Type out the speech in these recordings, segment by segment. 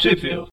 Possível.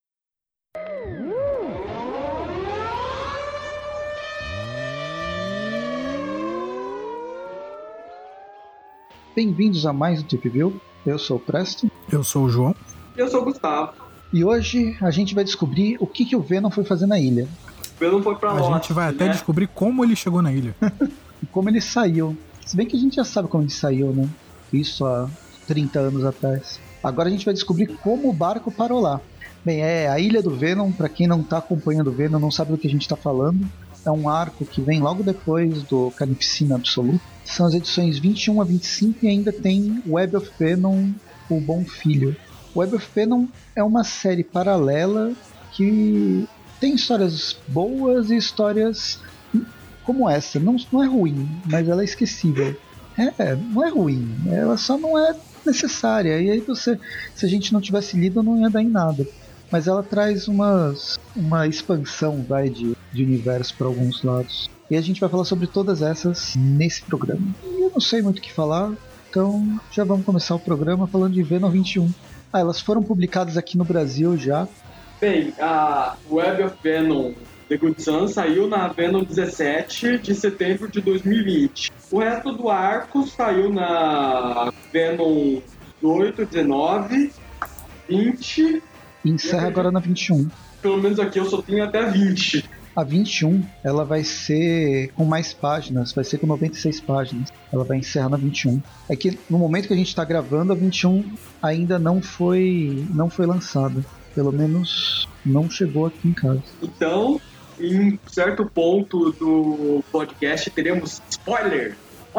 Bem-vindos a mais um Trip View. Eu sou o Presto. Eu sou o João. Eu sou o Gustavo. E hoje a gente vai descobrir o que o Venom foi fazer na ilha. O Venom foi pra Lost, A gente vai até descobrir como ele chegou na ilha. E como ele saiu. Se bem que a gente já sabe como ele saiu, né? Isso há 30 anos atrás. Agora a gente vai descobrir como o barco parou lá. Bem, a Ilha do Venom, pra quem não tá acompanhando o Venom, não sabe do que a gente tá falando. É um arco que vem logo depois do Carnificina Absoluta. São as edições 21 a 25 e ainda tem Web of Venom, o Bom Filho. Web of Venom é uma série paralela que tem histórias boas e histórias como essa. Não é ruim, mas ela é esquecível. Não é ruim, ela só não é necessária. E aí se a gente não tivesse lido, não ia dar em nada. Mas ela traz uma expansão de universo para alguns lados. E a gente vai falar sobre todas essas nesse programa. E eu não sei muito o que falar, então já vamos começar o programa falando de Venom 21. Elas foram publicadas aqui no Brasil já. Bem, a Web of Venom The Good Son saiu na Venom 17 de setembro de 2020. O resto do arco saiu na Venom 18, 19, 20... E encerra agora na 21. Pelo menos aqui eu só tenho até 20. A 21, ela vai ser com mais páginas, vai ser com 96 páginas. Ela vai encerrar na 21. É que no momento que a gente está gravando, a 21 ainda não foi lançada. Pelo menos não chegou aqui em casa. Então, em certo ponto do podcast, teremos spoiler.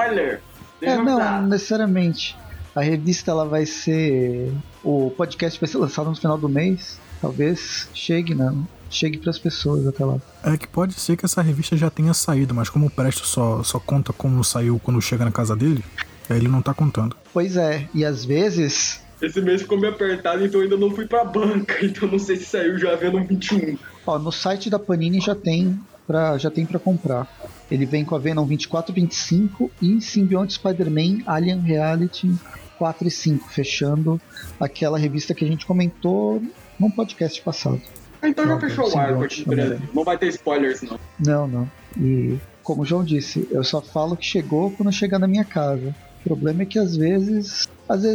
Não necessariamente. A revista ela vai ser... O podcast vai ser lançado no final do mês. Talvez chegue para as pessoas até lá. É que pode ser que essa revista já tenha saído, mas como o Presto só conta como saiu quando chega na casa dele, ele não tá contando. Pois é, e às vezes... Esse mês ficou meio apertado, então ainda não fui pra banca, então não sei se saiu já Venom 21. No site da Panini já tem pra comprar. Ele vem com a Venom 24 e 25 e Symbionte Spider-Man Alien Reality 4 e 5, fechando aquela revista que a gente comentou num podcast passado. Então já fechou o arco aqui no Brasil. Não vai ter spoilers, não. Não. E como o João disse, eu só falo que chegou quando chegar na minha casa. O problema é que às vezes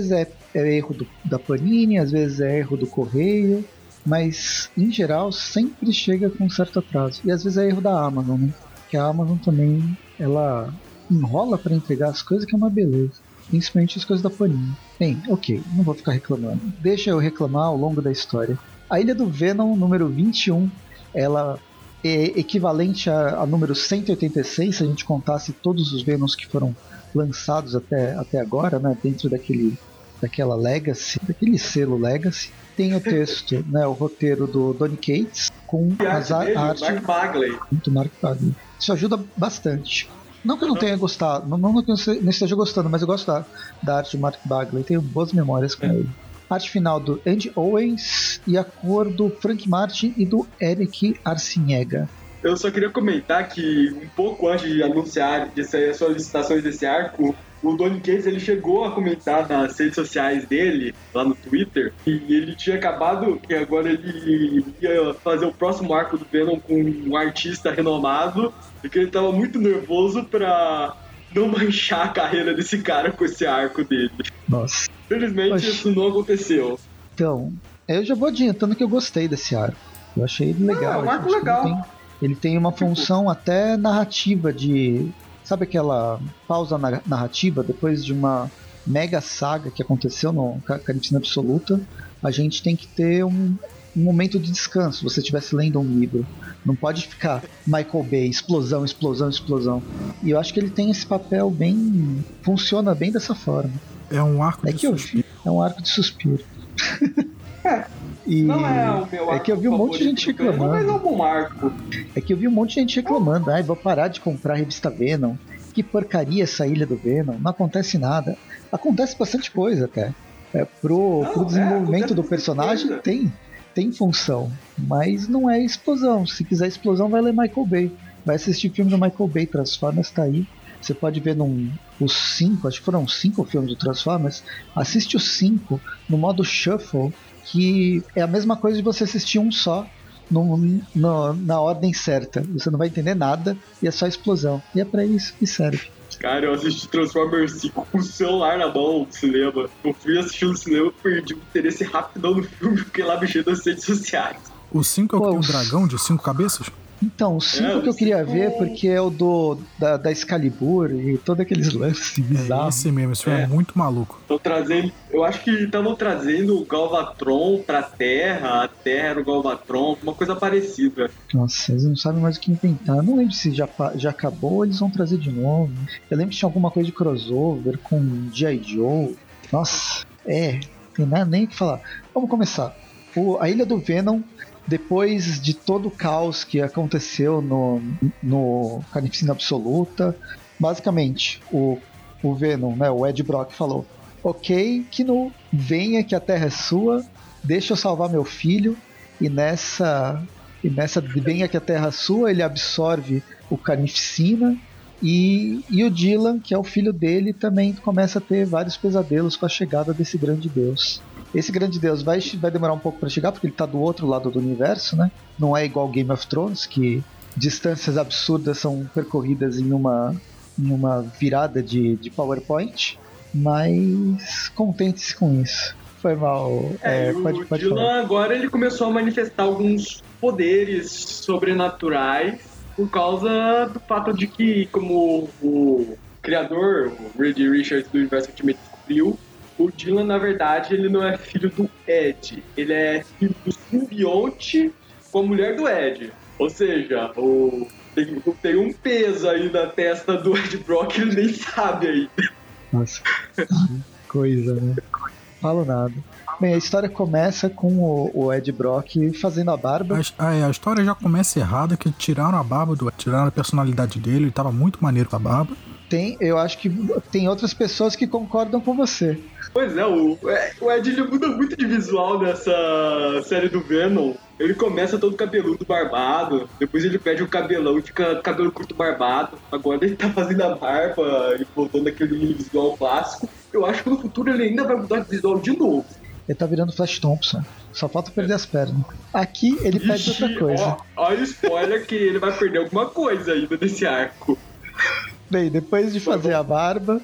é erro da Panini, às vezes é erro do correio, mas em geral sempre chega com um certo atraso. E às vezes é erro da Amazon, né? Que a Amazon também, ela enrola para entregar as coisas, que é uma beleza. Principalmente as coisas da Panini. Bem, ok, não vou ficar reclamando. Deixa eu reclamar ao longo da história. A Ilha do Venom, número 21, ela é equivalente a número 186, se a gente contasse todos os Venoms que foram lançados até agora, né, dentro daquela Legacy, daquele selo Legacy. Tem o texto, né, o roteiro do Donny Cates, com a arte Mark Bagley. Do Mark Bagley. Isso ajuda bastante. Não que eu não tenha gostado, não que eu não esteja gostando, mas eu gosto da arte do Mark Bagley, tenho boas memórias com ele. Arte final do Andy Owens e a cor do Frank Martin e do Eric Arciniega. Eu só queria comentar que um pouco antes de anunciar de sair as solicitações desse arco, o Donny Cates ele chegou a comentar nas redes sociais dele, lá no Twitter, que ele tinha acabado, que agora ele ia fazer o próximo arco do Venom com um artista renomado, e que ele estava muito nervoso pra não manchar a carreira desse cara com esse arco dele. Nossa. Felizmente isso não aconteceu. Então, eu já vou adiantando que eu gostei desse arco. Eu achei ele legal. É um arco legal. Ele tem uma função até narrativa de... Sabe aquela pausa narrativa depois de uma mega saga que aconteceu no Carnificina Absoluta? A gente tem que ter um momento de descanso, se você estivesse lendo um livro. Não pode ficar Michael Bay, explosão. E eu acho que ele tem esse papel bem... Funciona bem dessa forma. É um arco de suspiro. É um arco de suspiro. Não é o meu arco. É que eu vi um monte de gente reclamando. Mas é um bom arco. É que eu vi um monte de gente reclamando. Vou parar de comprar a revista Venom. Que porcaria essa Ilha do Venom. Não acontece nada. Acontece bastante coisa até. Pro desenvolvimento do personagem tem função. Mas não é explosão. Se quiser explosão, vai ler Michael Bay. Vai assistir filme do Michael Bay. Transformers tá aí. Você pode ver os 5, acho que foram 5 filmes do Transformers. Assiste os 5 no modo shuffle que é a mesma coisa de você assistir um só na ordem certa. Você não vai entender nada e é só explosão. E é pra isso que serve. Cara, eu assisti Transformers 5 com o celular na mão no cinema. Eu fui assistir no cinema, perdi o interesse rapidão no filme, fiquei lá mexendo nas redes sociais. O 5 é o que tem um dragão de 5 cabeças? Então, o 5 que eu queria ver, porque é o da Excalibur e todos aqueles lances bizarros. Esse mesmo, esse filme é muito maluco. Tô trazendo, eu acho que estavam trazendo o Galvatron pra Terra, a Terra era o Galvatron, uma coisa parecida. Nossa, eles não sabem mais o que inventar. Eu não lembro se já acabou ou eles vão trazer de novo. Eu lembro que tinha alguma coisa de crossover com G.I. Joe. Nossa, tem nada nem o que falar. Vamos começar. A Ilha do Venom, depois de todo o caos que aconteceu no Carnificina Absoluta, basicamente, o Venom, né, o Ed Brock falou: ok, Kinu, venha que a Terra é sua, deixa eu salvar meu filho, e nessa venha que a Terra é sua, ele absorve o Carnificina, e o Dylan, que é o filho dele, também começa a ter vários pesadelos com a chegada desse grande deus. Esse grande deus vai demorar um pouco para chegar, porque ele tá do outro lado do universo, né? Não é igual Game of Thrones, que distâncias absurdas são percorridas em uma virada de PowerPoint, mas contente-se com isso. Foi mal. O Dylan agora ele começou a manifestar alguns poderes sobrenaturais por causa do fato de que, como o criador, o Reed Richards do universo Ultimate descobriu, o Dylan, na verdade, ele não é filho do Ed. Ele é filho do simbionte com a mulher do Ed. Ou seja, tem um peso aí na testa do Ed Brock que ele nem sabe ainda. Nossa, que coisa, né? Falo nada. Bem, a história começa com o Ed Brock fazendo a barba. A história já começa errada, que tiraram a barba, tiraram a personalidade dele, ele tava muito maneiro com a barba. Eu acho que tem outras pessoas que concordam com você. Pois é, o Ed ele muda muito de visual nessa série do Venom. Ele começa todo cabeludo, barbado, depois ele perde o cabelão e fica cabelo curto, barbado. Agora ele tá fazendo a barba e voltando aquele visual clássico. Eu acho que no futuro ele ainda vai mudar de visual de novo. Ele tá virando Flash Thompson. Só falta perder as pernas. Aqui ele perde outra coisa. Olha o spoiler que ele vai perder alguma coisa ainda desse arco. Bem, depois de fazer a barba,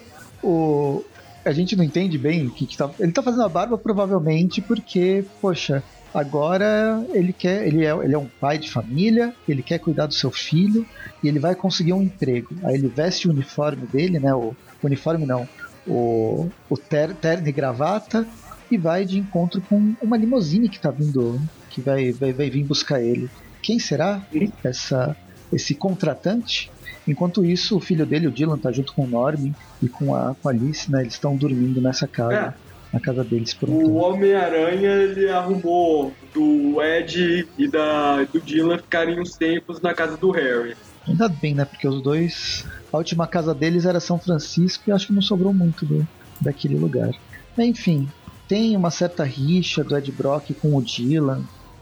a gente não entende bem o que tá. Ele tá fazendo a barba provavelmente porque, poxa, agora ele é um pai de família, ele quer cuidar do seu filho e ele vai conseguir um emprego. Aí ele veste o uniforme dele, né? O uniforme não, o terno e gravata, e vai de encontro com uma limusine que tá vindo, que vai vir buscar ele. Quem será esse contratante? Enquanto isso, o filho dele, o Dylan, tá junto com o Norman e com a Alice, né? Eles estão dormindo nessa casa, na casa deles por um tempo. O Homem-Aranha, ele arrumou do Ed e do Dylan ficarem uns tempos na casa do Harry. Ainda bem, né? Porque os dois... A última casa deles era São Francisco e acho que não sobrou muito daquele lugar. Enfim, tem uma certa rixa do Ed Brock com o Dylan.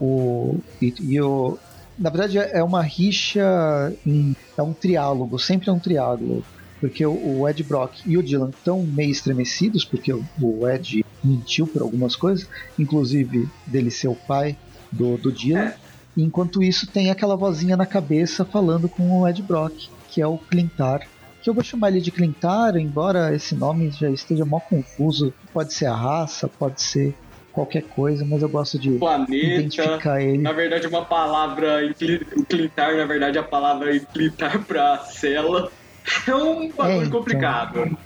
Na verdade é uma rixa, é um triálogo, sempre é um triálogo, porque o Ed Brock e o Dylan estão meio estremecidos, porque o Ed mentiu por algumas coisas, inclusive dele ser o pai do Dylan, e enquanto isso tem aquela vozinha na cabeça falando com o Ed Brock, que é o Clintar, que eu vou chamar ele de Clintar, embora esse nome já esteja mó confuso, pode ser a raça, pode ser qualquer coisa, mas eu gosto de identificar ele. Na verdade, uma palavra, o Clintar, na verdade, a palavra Clintar pra cela é um bagulho complicado.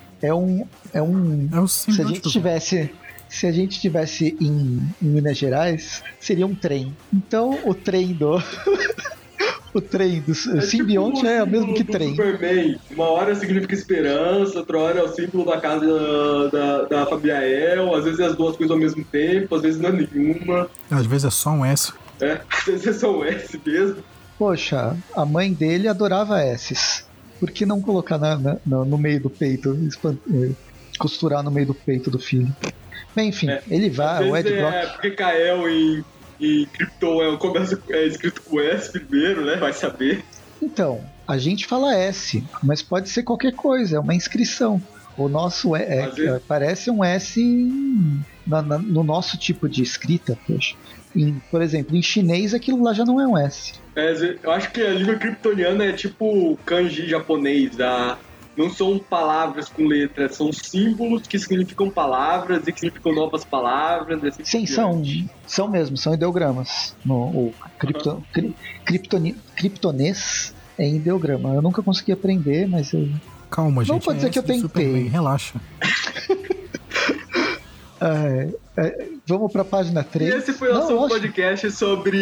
Se a gente tivesse em Minas Gerais, seria um trem. Então, o trem do simbionte é o mesmo que trem. Superman. Uma hora significa esperança, outra hora é o símbolo da casa da família El, às vezes é as duas coisas ao mesmo tempo, às vezes não é nenhuma. Às vezes é só um S. Às vezes é só um S mesmo. Poxa, a mãe dele adorava S's. Por que não colocar no meio do peito, costurar no meio do peito do filho? Bem, enfim, ele vai, o Ed Brock... porque Kael e Krypton é escrito com S primeiro, né? Vai saber. Então, a gente fala S, mas pode ser qualquer coisa, é uma inscrição. O nosso parece um S no nosso tipo de escrita, poxa. Por exemplo, em chinês aquilo lá já não é um S. Eu acho que a língua kryptoniana é tipo kanji japonês. Não são palavras com letras, são símbolos que significam palavras e que significam novas palavras. Sim, são mesmo, são ideogramas. O kryptonês é em ideograma. Eu nunca consegui aprender, mas eu... Calma, gente. Não pode dizer que eu tentei. Superman, relaxa. Vamos pra página 3. E esse foi o nosso podcast sobre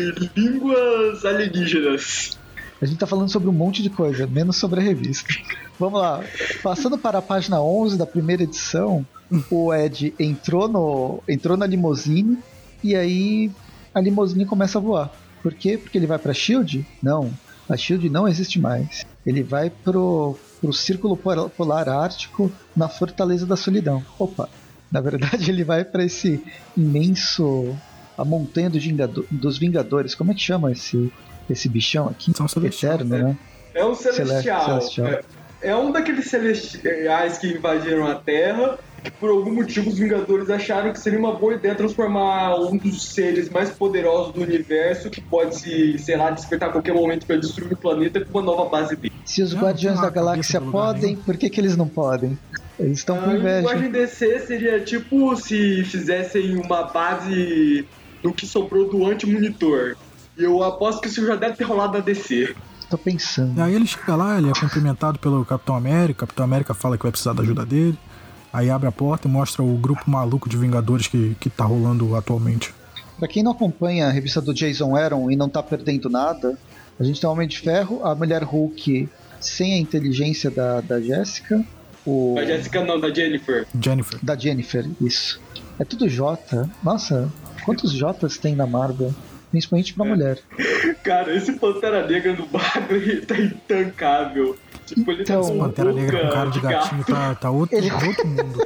línguas alienígenas. A gente tá falando sobre um monte de coisa, menos sobre a revista. Vamos lá. Passando para a página 11 da primeira edição, o Ed entrou na limusine e aí a limusine começa a voar. Por quê? Porque ele vai pra SHIELD? Não. A SHIELD não existe mais. Ele vai pro Círculo Polar Ártico na Fortaleza da Solidão. Opa! Na verdade, ele vai para esse imenso... A Montanha dos Vingadores. Como é que chama esse bichão aqui? São celestiais, né? É um celestial. É um daqueles celestiais que invadiram a Terra. Que por algum motivo os Vingadores acharam que seria uma boa ideia transformar um dos seres mais poderosos do universo, que pode despertar a qualquer momento para destruir o planeta, com uma nova base dele. Se os Guardiões da Galáxia podem, por que eles não podem? Eles estão com inveja. A linguagem DC seria tipo se fizessem uma base do que sobrou do anti-monitor. E eu aposto que isso já deve ter rolado na DC. Tô pensando. E aí ele chega lá, ele é cumprimentado pelo Capitão América. O Capitão América fala que vai precisar da ajuda dele. Aí abre a porta e mostra o grupo maluco de Vingadores que tá rolando atualmente. Pra quem não acompanha a revista do Jason Aaron e não tá perdendo nada, a gente tem o Homem de Ferro, a Mulher Hulk sem a inteligência da Jéssica. Da Jéssica não, da Jennifer. Da Jennifer, isso. É tudo J. Nossa, quantos J's tem na Marvel? Principalmente pra mulher. Cara, esse Pantera Negra no bagulho tá intancável. Tipo, ele então, esse Pantera Negra com cara de gatinho tá outro mundo.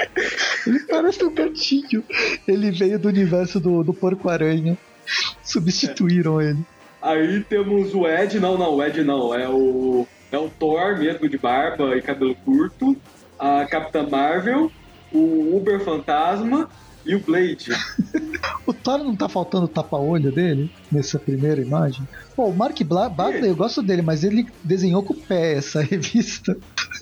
Ele parece um gatinho. Ele veio do universo do Porco-Aranha. Substituíram ele. Aí temos o Ed. Não, o Ed não. É o Thor mesmo, de barba e cabelo curto. A Capitã Marvel. O Uber Fantasma. E o Blade. O Thor não tá faltando o tapa-olho dele nessa primeira imagem? Pô, o Mark Bagley, eu gosto dele, mas ele desenhou com o pé essa revista.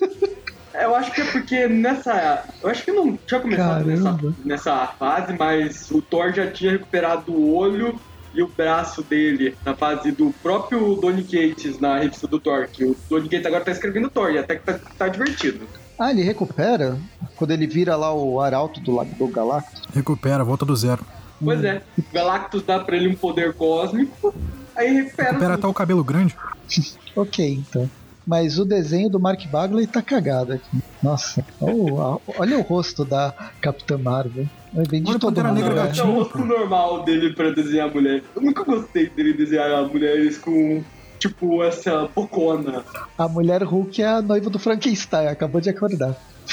Eu acho que é porque eu acho que não tinha começado nessa fase, mas o Thor já tinha recuperado o olho e o braço dele na fase do próprio Donny Cates na revista do Thor, que o Donny Cates agora tá escrevendo Thor e até que tá divertido. Ah, ele recupera? Quando ele vira lá o Arauto do Galactus? Recupera, volta do zero. Pois é, o Galactus dá pra ele um poder cósmico, aí recupera até o cabelo grande. Ok, então. Mas o desenho do Mark Bagley tá cagado aqui. Nossa, olha o rosto da Capitã Marvel. Vem de todo mundo. É o rosto normal dele pra desenhar a mulher. Eu nunca gostei dele desenhar mulheres com... tipo, essa bocona. A Mulher Hulk é a noiva do Frankenstein, acabou de acordar.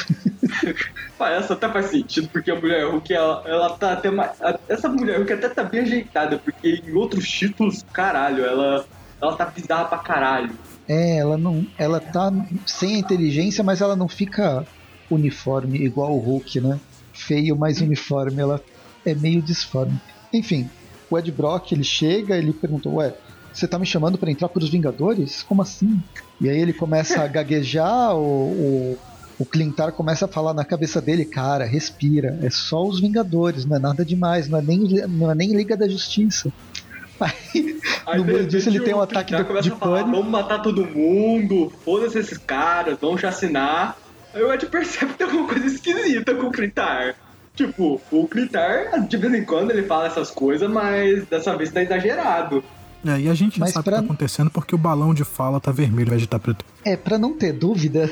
Essa até faz sentido, porque a Mulher Hulk, ela tá até mais... Essa Mulher Hulk até tá bem ajeitada, porque em outros títulos, caralho, ela tá bizarra pra caralho. Ela tá sem a inteligência, mas ela não fica uniforme igual o Hulk, né? Feio, mas uniforme, ela é meio disforme. Enfim, o Ed Brock, ele chega, ele pergunta, você tá me chamando pra entrar pros Vingadores? Como assim? E aí ele começa a gaguejar, o Clintar começa a falar na cabeça dele, cara, respira, é só os Vingadores, não é nada demais, não é nem Liga da Justiça. Aí no meio disso ele tem um ataque de pânico. Vamos matar todo mundo, foda-se esses caras, vamos chacinar. Aí o Ed percebe que tem alguma coisa esquisita com o Clintar. Tipo, o Clintar, de vez em quando ele fala essas coisas, mas dessa vez tá exagerado. E a gente já sabe o que tá acontecendo porque o balão de fala tá vermelho ao invés de tá preto. Pra não ter dúvida,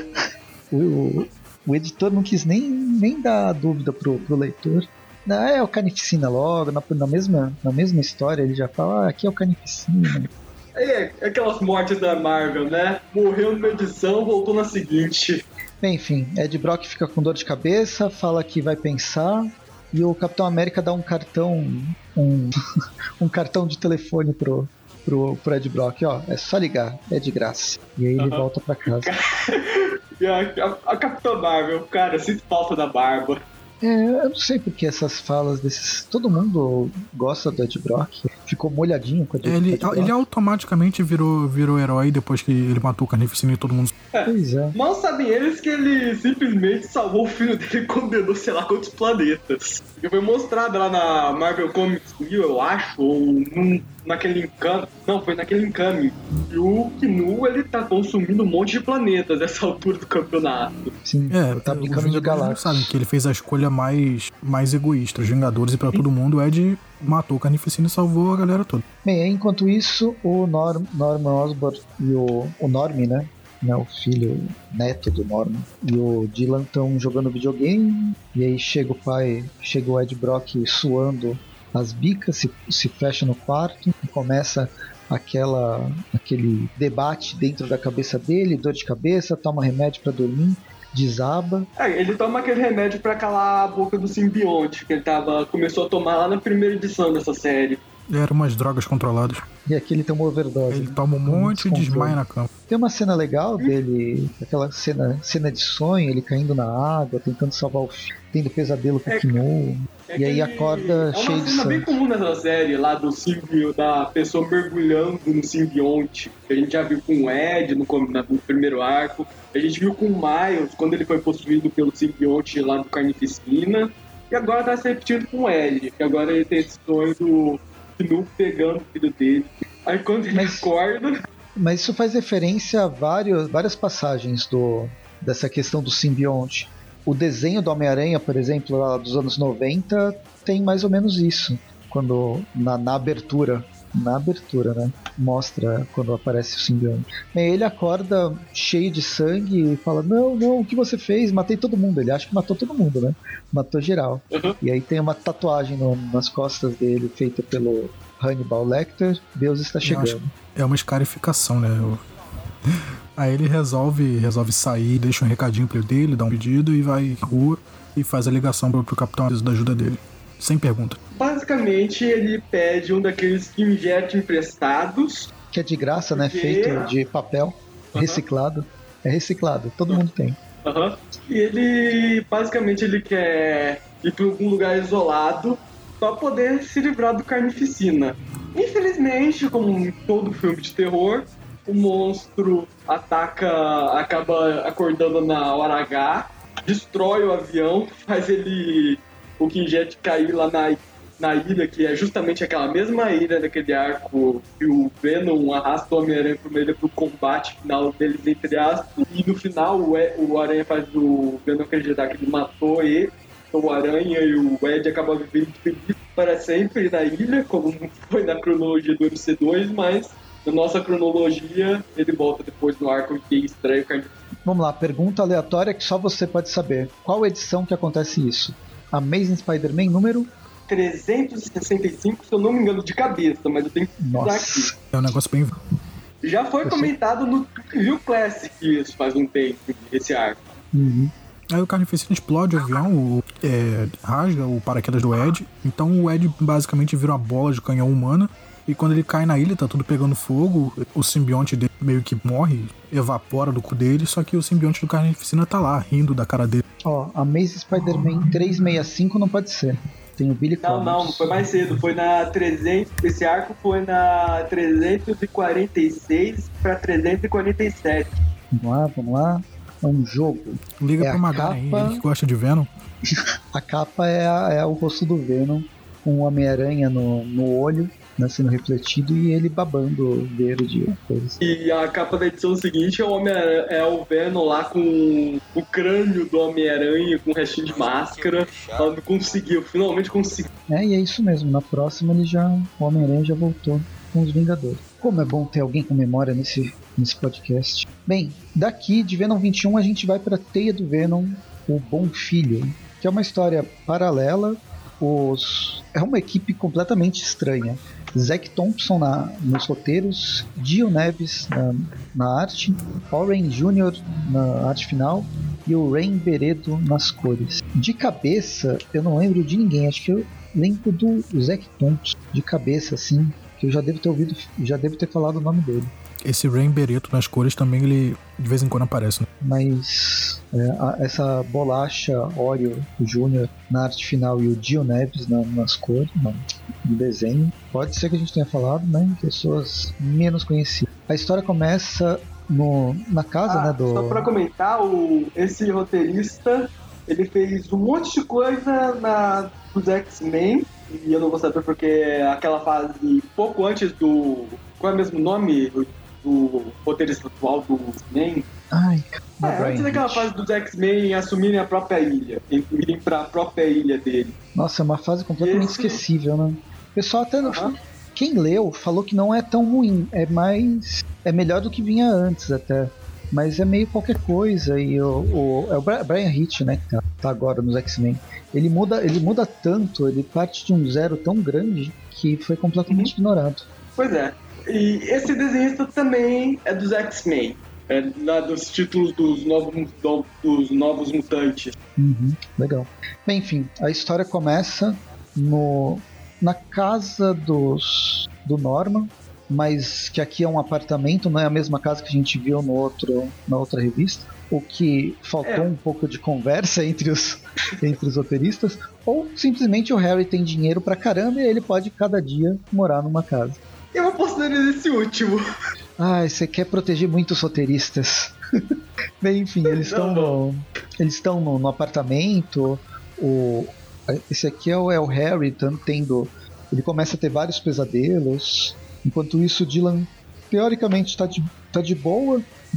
o editor não quis nem dar dúvida pro leitor. Não, é o Carnificina logo, na mesma história ele já fala, aqui é o Carnificina. Aquelas mortes da Marvel, né? Morreu numa edição, voltou na seguinte. Enfim, Ed Brock fica com dor de cabeça, fala que vai pensar, e o Capitão América dá um cartão um cartão de telefone pro Ed Brock, é só ligar, é de graça. E aí ele volta pra casa. E a Capitã Marvel, cara, eu sinto falta da barba. Eu não sei porque essas falas desses. Todo mundo gosta do Ed Brock. Ficou molhadinho com a Ed Brock. Ele automaticamente virou herói depois que ele matou o Carnificina e todo mundo. Pois é. Mal sabem eles que ele simplesmente salvou o filho dele e condenou sei lá quantos planetas. E foi mostrado lá na Marvel Comics 1000, eu acho, ou naquele encame. Não, foi naquele encame. E o Knu, ele tá consumindo um monte de planetas nessa altura do campeonato. Sim, tá brincando de galáxias. Sabem que ele fez a escolha mais egoísta. Os Vingadores e pra todo mundo, o Ed matou o Carnificina e salvou a galera toda. Bem, enquanto isso, o Norman Osborn e o Norm, né? O filho, neto do Norman, e o Dylan estão jogando videogame. E aí chega o Ed Brock suando as bicas, se fecha no quarto e começa aquele debate dentro da cabeça dele, dor de cabeça, toma remédio pra dormir, desaba. Ele toma aquele remédio pra calar a boca do simbionte que ele começou a tomar lá na primeira edição dessa série. Eram umas drogas controladas. E aqui ele tem uma overdose. Ele toma um monte e desmaia na cama. Tem uma cena legal dele, aquela cena de sonho, ele caindo na água, tentando salvar o filho, tendo pesadelo com o Knu. E aí acorda cheio de sangue. É uma cena bem comum nessa série, lá da pessoa mergulhando no simbionte. Que a gente já viu com o Ed no primeiro arco. A gente viu com o Miles, quando ele foi possuído pelo simbionte lá do Carnificina. E agora tá se repetindo com o Ed, que agora ele tem esse sonho do Knu pegando o filho dele. Aí quando ele acorda... Mas isso faz referência a várias passagens dessa questão do simbionte. O desenho do Homem-Aranha, por exemplo, lá dos anos 90, tem mais ou menos isso. Quando na abertura, né? Mostra quando aparece o simbionte. Bem, ele acorda cheio de sangue e fala: Não, o que você fez? Matei todo mundo. Ele acha que matou todo mundo, né? Matou geral. Uhum. E aí tem uma tatuagem nas costas dele, feita pelo Hannibal Lecter. Deus está chegando. É uma escarificação, né? Aí ele resolve sair, deixa um recadinho pro dele, dá um pedido e vai à rua e faz a ligação pro Capitão da ajuda dele. Sem pergunta. Basicamente, ele pede um daqueles Skinjet emprestados. Que é de graça, né? Feito de papel, reciclado. É reciclado, todo mundo tem. E ele, basicamente, ele quer ir para algum lugar isolado para poder se livrar do Carnificina. Infelizmente, como em todo filme de terror, o monstro acaba acordando na hora H, destrói o avião, faz o Skinjet cair lá na ilha, que é justamente aquela mesma ilha daquele arco que o Venom arrasta o Homem-Aranha pro combate final deles, entre aspas, e no final o Aranha faz o Venom acreditar que ele matou ele, o Aranha e o Ed acabam vivendo feliz para sempre na ilha, como foi na cronologia do MC2, mas na nossa cronologia ele volta depois no arco que estreia o Carnificina. Vamos lá, pergunta aleatória que só você pode saber. Qual edição que acontece isso? Amazing Spider-Man número 365, se eu não me engano, de cabeça, mas eu tenho que pesquisar aqui. É um negócio bem... Já foi comentado no Review Classic isso faz um tempo, esse arco. Uhum. Aí o Carnificina explode o avião, rasga o paraquedas do Ed. Então o Ed basicamente vira uma bola de canhão humana. E quando ele cai na ilha, tá tudo pegando fogo. O simbionte dele meio que morre, evapora do cu dele. Só que o simbionte do Carnificina tá lá, rindo da cara dele. Amazing Spider-Man 365 não pode ser. Tem o Billy Connors. Não, foi mais cedo. Foi na 300. Esse arco foi na 346 pra 347. Vamos lá. É um jogo. Liga pro Magaren, ele que gosta de Venom. A capa é o rosto do Venom, com o Homem-Aranha no olho, né, sendo refletido, e ele babando verde. Coisa. E a capa da edição seguinte é o Venom lá com o crânio do Homem-Aranha, com o restinho de máscara. Ela finalmente conseguiu. E é isso mesmo. Na próxima o Homem-Aranha já voltou com os Vingadores. Como é bom ter alguém com memória nesse podcast. Bem, daqui de Venom 21 a gente vai para Teia do Venom, o Bom Filho, que é uma história paralela. É uma equipe completamente estranha. Zack Thompson nos roteiros, Dio Neves na arte, Oren Jr. na arte final e o Rain Beredo nas cores. De cabeça, eu não lembro de ninguém, acho que eu lembro do Zack Thompson, de cabeça assim, que eu já devo ter falado o nome dele. esse Rain Bereto nas cores também, ele de vez em quando aparece, né? Mas essa bolacha Oreo Júnior na arte final e o Dio Neves nas cores, no desenho, pode ser que a gente tenha falado, né, em pessoas menos conhecidas. A história começa na casa, né, do... Só pra comentar, esse roteirista, ele fez um monte de coisa dos X-Men, e eu não vou saber porque é aquela fase pouco antes do... Qual é o mesmo nome do roteirista atual do X-Men? Antes daquela fase dos X-Men assumirem a própria ilha, irem pra própria ilha dele. Nossa, é uma fase completamente esquecível, né? O pessoal até... Quem leu falou que não é tão ruim, é melhor do que vinha antes até. Mas é meio qualquer coisa, e é o Brian Hitch, né, que tá agora nos X-Men. Ele muda tanto, ele parte de um zero tão grande que foi completamente ignorado. Pois é. E esse desenhista também é dos X-Men. É lá dos títulos dos novos mutantes. Legal. Bem, enfim, a história começa na casa do Norman, mas que aqui é um apartamento, não é a mesma casa que a gente viu na outra revista. O que faltou um pouco de conversa entre os roteiristas, ou simplesmente o Harry tem dinheiro pra caramba e ele pode cada dia morar numa casa. Eu apostando nesse último. Você quer proteger muito os roteiristas. Bem, enfim, eles estão no apartamento. Esse aqui é o Harry ele começa a ter vários pesadelos. Enquanto isso, o Dylan teoricamente tá de boa,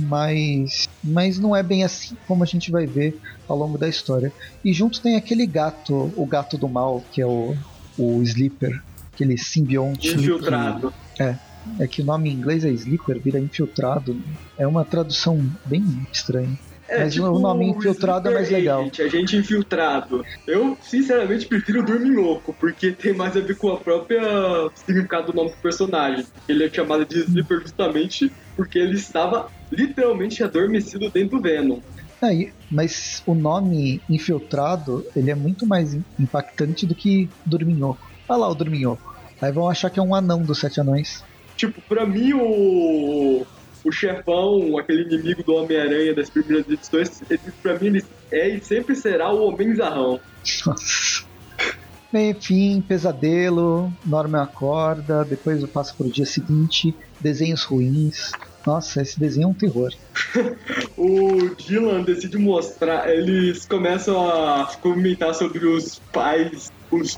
mas não é bem assim como a gente vai ver ao longo da história. E junto tem aquele gato, o gato do mal, que é o Sleeper, aquele simbionte. Infiltrado. É que o nome em inglês é Sleeper, vira infiltrado. É uma tradução bem estranha. Mas tipo, o nome infiltrado é mais legal. Agente infiltrado. Eu, sinceramente, prefiro Dorminhoco, porque tem mais a ver com a própria significado do nome do personagem. Ele é chamado de Sleeper justamente porque ele estava literalmente adormecido dentro do Venom. Mas o nome infiltrado, ele é muito mais impactante do que Dorminhoco. Olha lá o Dorminhoco. Aí vão achar que é um anão dos 7 anões. Tipo, pra mim o chefão, aquele inimigo do Homem-Aranha das primeiras edições, pra mim ele é e sempre será o Homem-Zarrão. Nossa. Enfim, pesadelo, Norman acorda, depois passa pro dia seguinte, desenhos ruins. Nossa, esse desenho é um terror. O Dylan decide mostrar, eles começam a comentar sobre os pais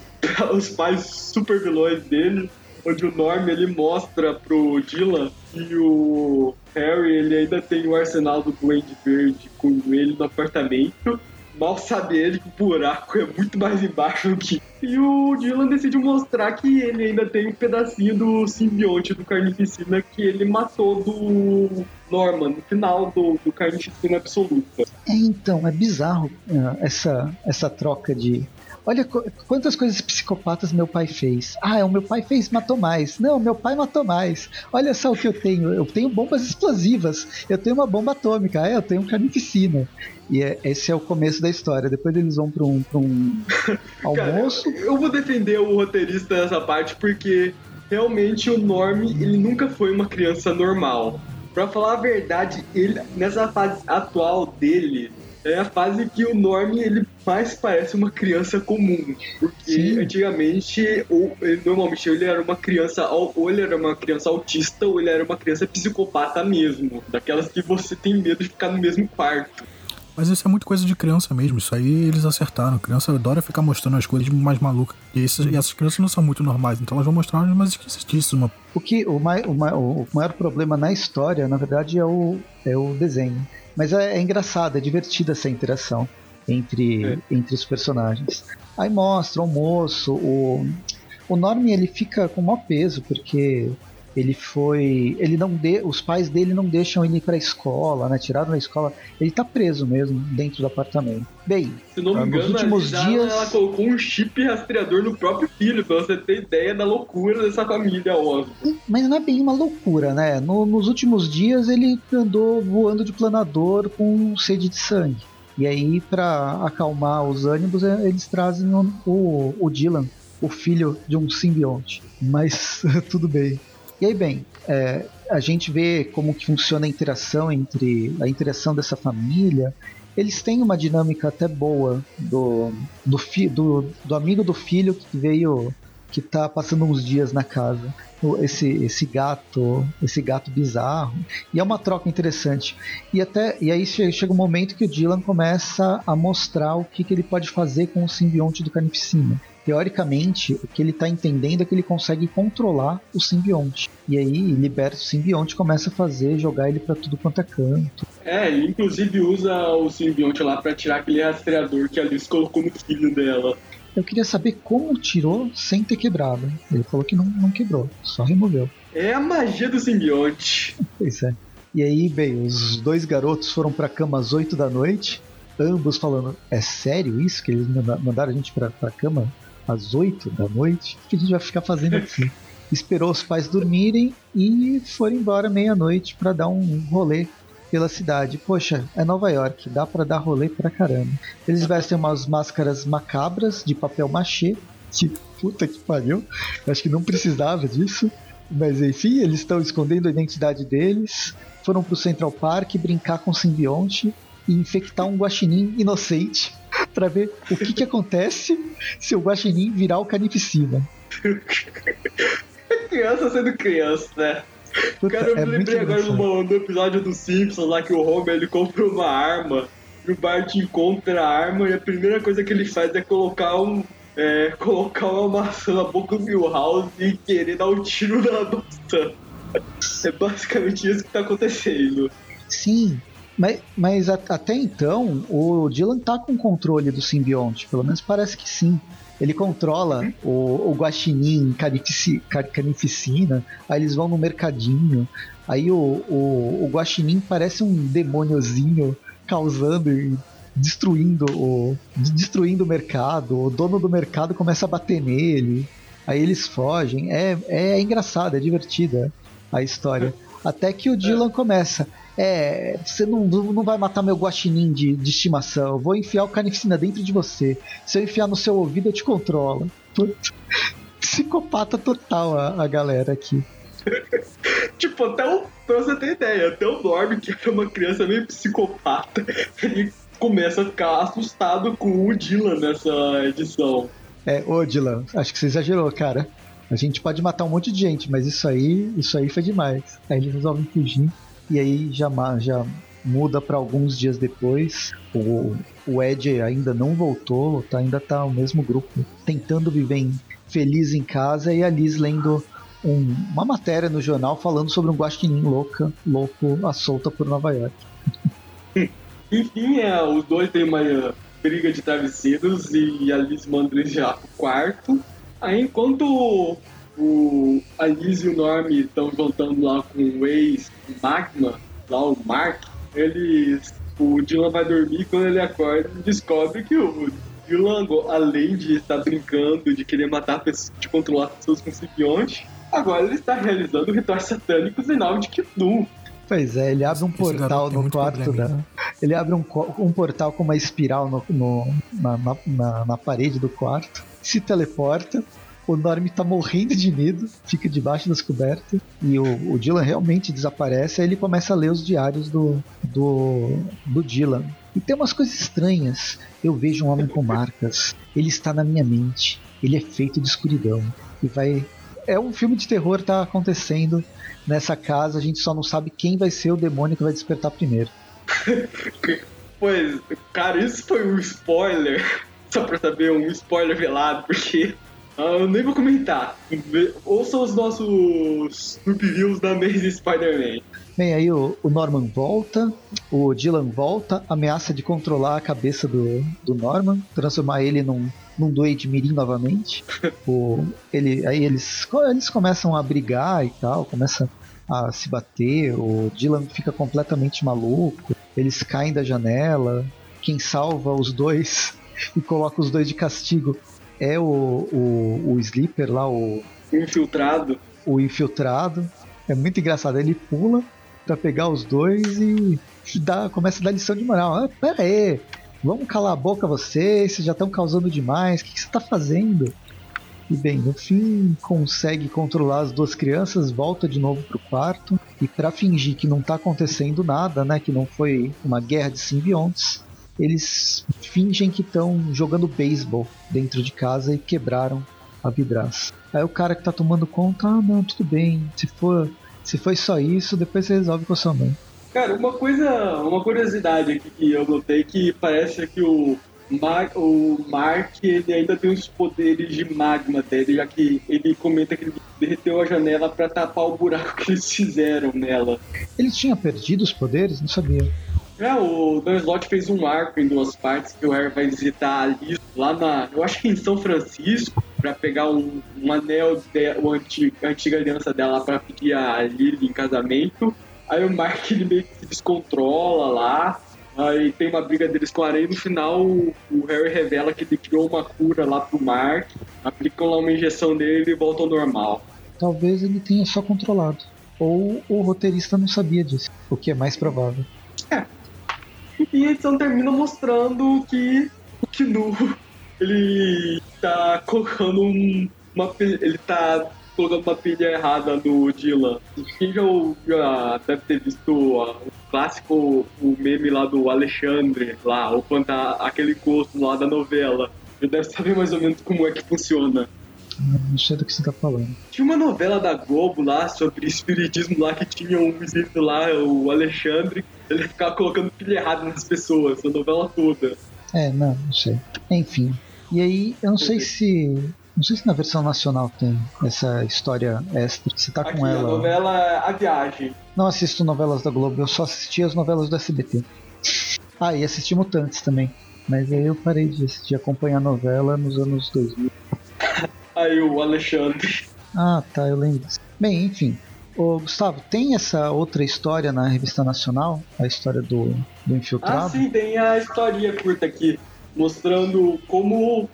super vilões dele, onde o Norm ele mostra pro Dylan que o Harry ele ainda tem o arsenal do Duende Verde com ele no apartamento. Mal sabe ele que o buraco é muito mais embaixo do que... E o Dylan decide mostrar que ele ainda tem um pedacinho do simbionte do Carnificina que ele matou do Norman no final do Carnificina Absoluta. Então, é bizarro essa troca de... Olha quantas coisas psicopatas meu pai fez. O meu pai matou mais. Não, meu pai matou mais. Olha só o que eu tenho. Eu tenho bombas explosivas. Eu tenho uma bomba atômica. Eu tenho um carnificina. E esse é o começo da história. Depois eles vão pra um almoço. Cara, eu vou defender o roteirista nessa parte porque realmente o Norm, ele nunca foi uma criança normal. Pra falar a verdade, ele, nessa fase atual dele... É a fase que o Norm ele mais parece uma criança comum. Porque Sim. Antigamente, normalmente ele era uma criança, ou ele era uma criança autista, ou ele era uma criança psicopata mesmo. Daquelas que você tem medo de ficar no mesmo quarto. Mas isso é muito coisa de criança mesmo. Isso aí eles acertaram. A criança adora ficar mostrando as coisas mais malucas. E essas crianças não são muito normais. Então elas vão mostrar umas esquisitices. O maior problema na história, na verdade, é o desenho. Mas é engraçado, é divertida essa interação entre os personagens. Aí mostra o moço, o Norm ele fica com o maior peso, porque os pais dele não deixam ele ir pra escola, né? Tiraram da escola. Ele tá preso mesmo dentro do apartamento. Bem, se não me engano, nos últimos dias ela colocou um chip rastreador no próprio filho, pra você ter ideia da loucura dessa família, óbvio. Mas não é bem uma loucura, né? Nos últimos dias ele andou voando de planador com sede de sangue. E aí, pra acalmar os ânimos, eles trazem o Dylan, o filho de um simbionte. Mas tudo bem. E aí, bem, a gente vê como que funciona a interação dessa família. Eles têm uma dinâmica até boa do amigo do filho que tá passando uns dias na casa. Esse gato bizarro. E é uma troca interessante. E aí chega um momento que o Dylan começa a mostrar o que ele pode fazer com o simbionte do Carnificina. Teoricamente, o que ele está entendendo é que ele consegue controlar o simbionte. E aí liberta o simbionte e começa a jogar ele para tudo quanto é canto. Ele inclusive usa o simbionte lá para tirar aquele rastreador que a Liz colocou no filho dela. Eu queria saber como tirou sem ter quebrado. Ele falou que não quebrou, só removeu. É a magia do simbionte. Pois é. E aí, bem, os dois garotos foram pra cama às 8 da noite, ambos falando, é sério isso? Que eles mandaram a gente pra cama às 8 da noite? O que a gente vai ficar fazendo aqui? Esperou os pais dormirem e foram embora meia-noite pra dar um rolê pela cidade. Poxa, é Nova York, dá pra dar rolê pra caramba. Eles vestem umas máscaras macabras de papel machê, que puta que pariu, acho que não precisava disso, mas enfim, eles estão escondendo a identidade deles, foram pro Central Park brincar com o simbionte e infectar um guaxinim inocente pra ver o que acontece se o guaxinim virar o Carnificina. Criança sendo criança, né? Puta, Cara, eu me lembrei agora no episódio do Simpsons lá que o Homer ele compra uma arma e o Bart encontra a arma e a primeira coisa que ele faz é colocar uma maçã na boca do Milhouse e querer dar um tiro na maçã. É basicamente isso que tá acontecendo. Sim, mas até então o Dylan tá com controle do simbionte, pelo menos parece que sim. Ele controla o guaxinim Carnificina, aí eles vão no mercadinho, aí o guaxinim parece um demôniozinho causando e destruindo o mercado, o dono do mercado começa a bater nele, aí eles fogem, é engraçado, é divertida a história. Até que o Dylan começa, você não vai matar meu guaxinim de estimação, eu vou enfiar o Carnificina dentro de você, se eu enfiar no seu ouvido eu te controlo. Psicopata total a galera aqui. Tipo, pra você ter ideia, até o Norm, que era uma criança meio psicopata, ele começa a ficar assustado com o Dylan nessa edição. Ô Dylan, acho que você exagerou, cara. A gente pode matar um monte de gente, mas isso aí foi demais. Aí eles resolvem fugir. E aí já muda para alguns dias depois. O Ed ainda não voltou, ainda tá o mesmo grupo, tentando viver feliz em casa. E a Liz lendo uma matéria no jornal falando sobre um guaxinim louco à solta por Nova York. Enfim, os dois têm uma briga de travesseiros e a Liz manda eles já pro quarto. Aí enquanto a Liz e o Norm estão jantando lá com o ex-Magma, lá o Mark, o Dylan vai dormir e quando ele acorda ele descobre que o Dylan, além de estar brincando, de querer matar pessoas, de controlar pessoas com simbionte, agora ele está realizando rituais satânicos em nome de Cthulhu. Pois é, ele abre um portal no quarto ele abre um portal com uma espiral na parede do quarto, se teleporta. O Norm tá morrendo de medo, fica debaixo das cobertas e o Dylan realmente desaparece. Aí ele começa a ler os diários do Dylan. E tem umas coisas estranhas. Eu vejo um homem com marcas, ele está na minha mente, ele é feito de escuridão. É um filme de terror tá acontecendo nessa casa, a gente só não sabe quem vai ser o demônio que vai despertar primeiro. Pois, cara, isso foi um spoiler. Só pra saber, um spoiler velado, porque eu nem vou comentar. Ouçam os nossos reviews da Amazing Spider-Man. Bem, aí o Norman volta, o Dylan volta, ameaça de controlar a cabeça do Norman, transformar ele num Duende Mirim novamente. Aí eles começam a brigar e tal, começam a se bater, o Dylan fica completamente maluco, eles caem da janela, quem salva os dois e coloca os dois de castigo é o Sleeper lá, o infiltrado. É muito engraçado, ele pula pra pegar os dois e começa a dar lição de moral. Pera aí, vamos calar a boca vocês já estão causando demais, o que você tá fazendo? E bem, no fim consegue controlar as duas crianças, volta de novo pro quarto e para fingir que não tá acontecendo nada, né, que não foi uma guerra de simbiontes, eles fingem que estão jogando beisebol dentro de casa e quebraram a vidraça. Aí o cara que tá tomando conta, não, tudo bem, se foi só isso, depois você resolve com a sua mãe. Cara, uma curiosidade aqui que eu notei, que parece que o Mark ele ainda tem os poderes de magma dele, já que ele comenta que ele derreteu a janela pra tapar o buraco que eles fizeram nela. Ele tinha perdido os poderes? Não sabia. O Dan Slott fez um arco em 2 partes que o Harry vai visitar ali, lá eu acho que em São Francisco, pra pegar um anel, a antiga aliança dela pra pedir a Lily em casamento. Aí o Mark ele meio que se descontrola lá, aí tem uma briga deles com a areia e no final o Harry revela que ele criou uma cura lá pro Mark, aplicam lá uma injeção nele e volta ao normal. Talvez ele tenha só controlado, ou o roteirista não sabia disso, o que é mais provável. E a edição termina mostrando que o Knu, ele tá colocando ele tá colocando uma pilha errada no Dylan. Quem já deve ter visto o clássico, o meme lá do Alexandre, lá, ou quando tá aquele encosto lá da novela, já deve saber mais ou menos como é que funciona. Não sei do que você tá falando. Tinha uma novela da Globo lá sobre espiritismo lá, que tinha um espírito lá, o Alexandre, ele ficava colocando pilha errada nas pessoas, a novela toda. Não sei. Enfim. E aí, eu não sei se na versão nacional tem essa história extra. Você tá aqui, com ela. A novela A Viagem. Não assisto novelas da Globo, eu só assisti as novelas do SBT. E assisti Mutantes também. Mas aí eu parei de acompanhar a novela nos anos 2000. Aí o Alexandre. Tá, eu lembro disso. Bem, enfim. Ô, Gustavo, tem essa outra história na revista nacional? A história do infiltrado? Sim, tem a historinha curta aqui, mostrando como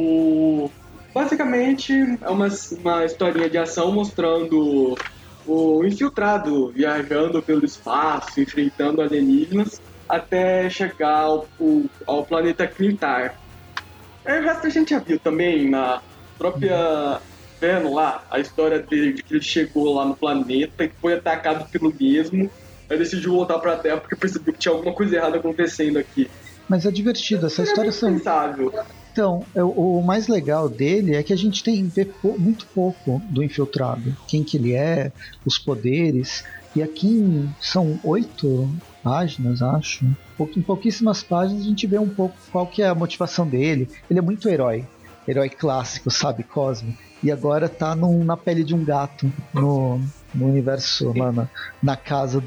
basicamente é uma historinha de ação mostrando o infiltrado viajando pelo espaço, enfrentando alienígenas, até chegar ao planeta Clintar. O resto a gente já viu também na própria Venom lá, a história dele, de que ele chegou lá no planeta e foi atacado pelo mesmo, aí decidiu voltar pra Terra porque percebeu que tinha alguma coisa errada acontecendo aqui. Mas é divertido, essa história Então, o mais legal dele é que a gente vê muito pouco do infiltrado, quem que ele é, os poderes, e aqui são 8 páginas, acho. Em pouquíssimas páginas a gente vê um pouco qual que é a motivação dele. Ele é muito herói clássico, sabe, cósmico. E agora tá na pele de um gato no universo, lá na casa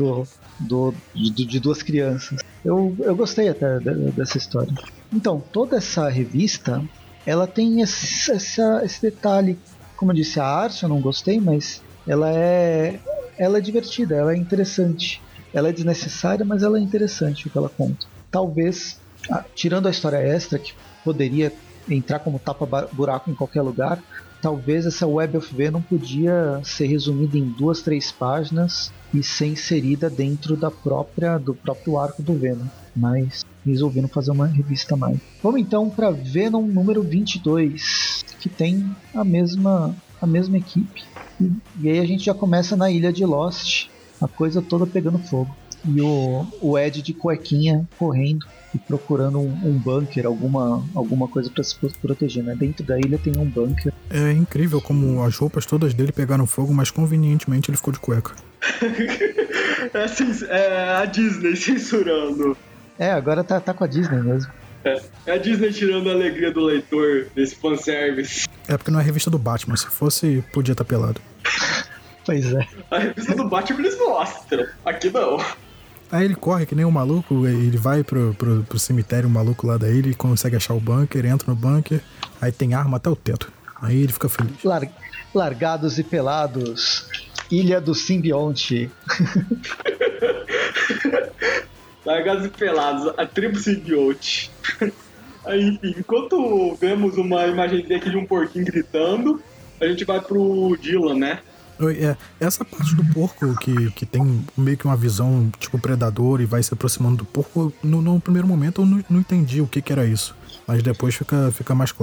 de 2 crianças. Eu gostei até dessa história. Então, toda essa revista, ela tem esse detalhe. Como eu disse, a arte eu não gostei, mas ela é divertida, ela é interessante. Ela é desnecessária, mas ela é interessante o que ela conta. Talvez, tirando a história extra, que poderia entrar como tapa-buraco em qualquer lugar, talvez essa Web of Venom podia ser resumida em 2, 3 páginas e ser inserida dentro do próprio arco do Venom. Mas resolveram fazer uma revista a mais. Vamos então para Venom número 22, que tem a mesma equipe. E aí a gente já começa na ilha de Lost, a coisa toda pegando fogo. E o Ed de cuequinha correndo e procurando um bunker, alguma coisa para se proteger, né? Dentro da ilha tem um bunker. É incrível como as roupas todas dele pegaram fogo, mas convenientemente ele ficou de cueca. É a Disney censurando. Agora tá com a Disney mesmo. É a Disney tirando a alegria do leitor desse fanservice. É porque não é a revista do Batman, se fosse, podia estar pelado. Pois é. A revista do Batman eles mostram, aqui não. Aí ele corre que nem um maluco, ele vai pro cemitério, um maluco lá da ilha, e consegue achar o bunker, entra no bunker, aí tem arma até o teto. Aí ele fica feliz. Largados e pelados, Ilha do Simbionte. Largados e pelados, a tribo simbionte. Aí, enfim, enquanto vemos uma imagenzinha aqui de um porquinho gritando, a gente vai pro Dylan, né? Essa parte do porco que tem meio que uma visão tipo predador e vai se aproximando do porco, no primeiro momento eu não entendi o que era isso, mas depois fica mais claro.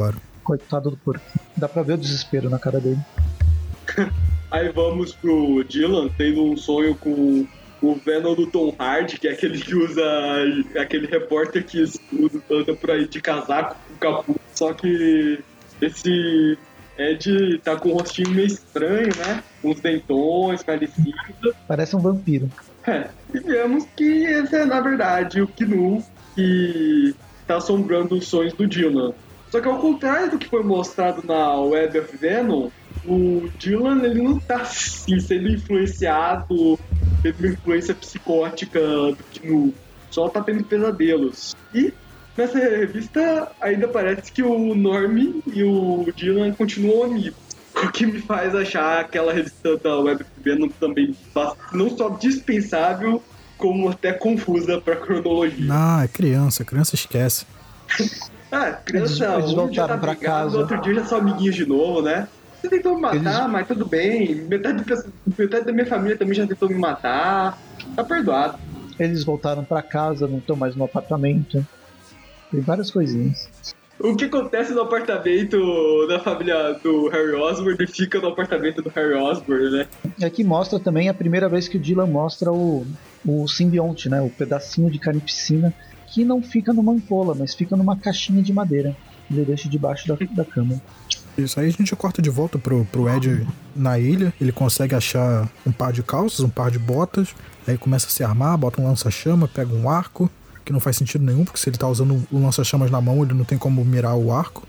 Coitado do porco. Dá pra ver o desespero na cara dele. Aí vamos pro Dylan tendo um sonho com o Venom do Tom Hardy, que é aquele que usa aquele repórter que anda por aí de casaco com capuz. Só que esse Ed tá com um rostinho meio estranho, né? Uns dentões, pele cinza. Parece um vampiro. E vemos que esse é, na verdade, o Knu que tá assombrando os sonhos do Dylan. Só que ao contrário do que foi mostrado na Web of Venom, o Dylan, ele não tá assim, sendo influenciado tendo uma influência psicótica do Knu. Só tá tendo pesadelos. E nessa revista ainda parece que o Norm e o Dylan continuam amigos. O que me faz achar aquela revista da Web of Venom também não só dispensável, como até confusa pra cronologia. Ah, é criança esquece. Eles Criança, um dia voltaram tá pra brigado, casa. outro dia já são amiguinhos de novo, né? Você tentou me matar, mas tudo bem. Metade da minha família também já tentou me matar. Tá perdoado. Eles voltaram pra casa, não estão mais no apartamento. Tem várias coisinhas. O que acontece no apartamento da família do Harry Osborn fica no apartamento do Harry Osborn, né? E aqui mostra também a primeira vez que o Dylan mostra o simbionte, né? O pedacinho de carnificina que não fica numa ampola, mas fica numa caixinha de madeira. Ele deixa debaixo da cama. Isso aí a gente corta de volta pro Ed na ilha. Ele consegue achar um par de calças, um par de botas. Aí começa a se armar, bota um lança-chama, pega um arco, que não faz sentido nenhum, porque se ele tá usando o lança-chamas na mão, ele não tem como mirar o arco.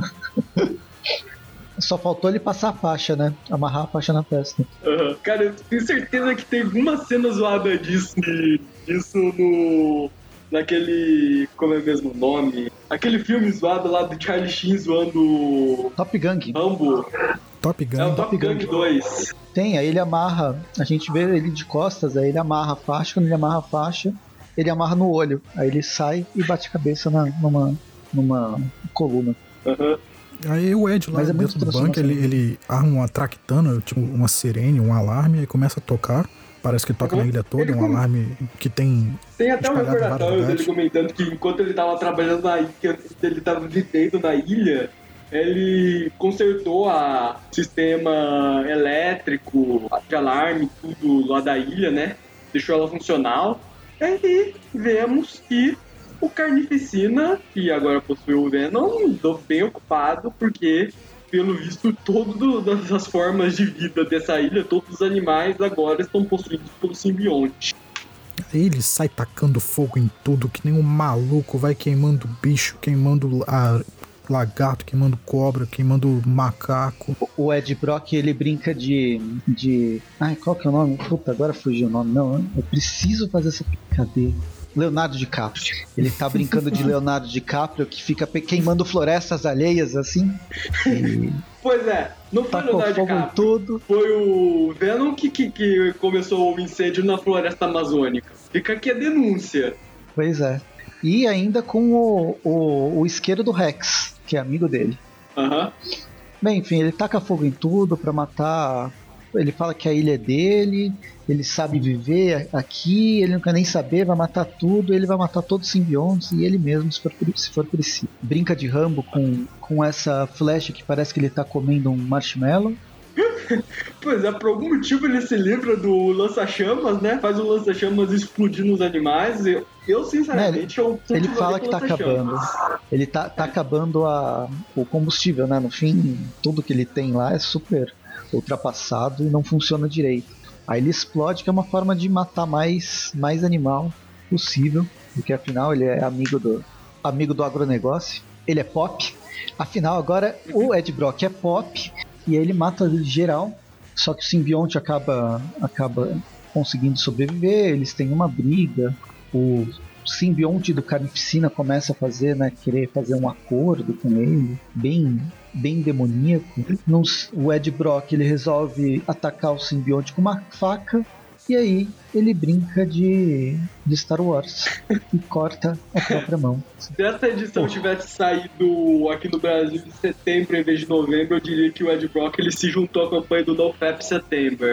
Só faltou ele passar a faixa, né? Amarrar a faixa na testa. Cara, eu tenho certeza que tem alguma cena zoada disso naquele... Como é mesmo o nome? Aquele filme zoado lá do Charlie Sheen zoando... Top Gun. Rambo. Top Gun. É o Top Gun 2. Tem, aí ele amarra, a gente vê ele de costas, aí ele amarra a faixa, quando ele amarra a faixa, ele amarra no olho, aí ele sai e bate a cabeça numa coluna. Aí o Ed lá dentro do bunker, ele arma uma tractana, tipo uma sirene, um alarme, aí começa a tocar. Parece que toca na ilha toda, um alarme que tem... Tem até um recordatório dele comentando que enquanto ele estava trabalhando na ilha, ele estava vivendo na ilha, ele consertou o sistema elétrico, de alarme, tudo lá da ilha, né? Deixou ela funcional. E aí vemos que o Carnificina, que agora possui o Venom, andou bem ocupado, porque, pelo visto, todas as formas de vida dessa ilha, todos os animais agora estão possuídos pelo simbionte. Aí ele sai tacando fogo em tudo, que nem um maluco, vai queimando bicho, queimando lagarto, queimando cobra, queimando macaco. O Ed Brock, ele brinca de... Ai, qual que é o nome? Puta, agora fugiu o nome. Não, eu preciso fazer essa brincadeira. Leonardo DiCaprio. Ele tá brincando de Leonardo DiCaprio, que fica queimando florestas alheias, assim. Pois é, não foi o Leonardo DiCaprio. Tudo. Foi o Venom que começou o incêndio na floresta amazônica. Fica aqui a denúncia. Pois é. E ainda com o isqueiro do Rex, que é amigo dele. Bem, enfim, ele taca fogo em tudo pra matar... Ele fala que a ilha é dele, ele sabe viver aqui, ele não quer nem saber, vai matar tudo, ele vai matar todos os simbiontes e ele mesmo, se for preciso. Brinca de Rambo com essa flecha que parece que ele tá comendo um marshmallow. Pois é, por algum motivo ele se livra do lança-chamas, né? Faz o lança-chamas explodir nos animais. Eu sinceramente, ele fala que tá acabando. Ele tá acabando o combustível, né? No fim, tudo que ele tem lá é super ultrapassado e não funciona direito. Aí ele explode, que é uma forma de matar mais animal possível, porque afinal ele é amigo do agronegócio. Ele é pop. Afinal, agora o Ed Brock é pop e aí ele mata geral. Só que o simbionte acaba conseguindo sobreviver. Eles têm uma briga. O simbionte do Carnificina começa a querer fazer um acordo com ele, bem demoníaco. O Ed Brock, ele resolve atacar o simbionte com uma faca, e aí ele brinca de Star Wars e corta a própria mão. Se essa edição tivesse saído aqui no Brasil em setembro em vez de novembro, eu diria que o Ed Brock ele se juntou à campanha do NoFap September.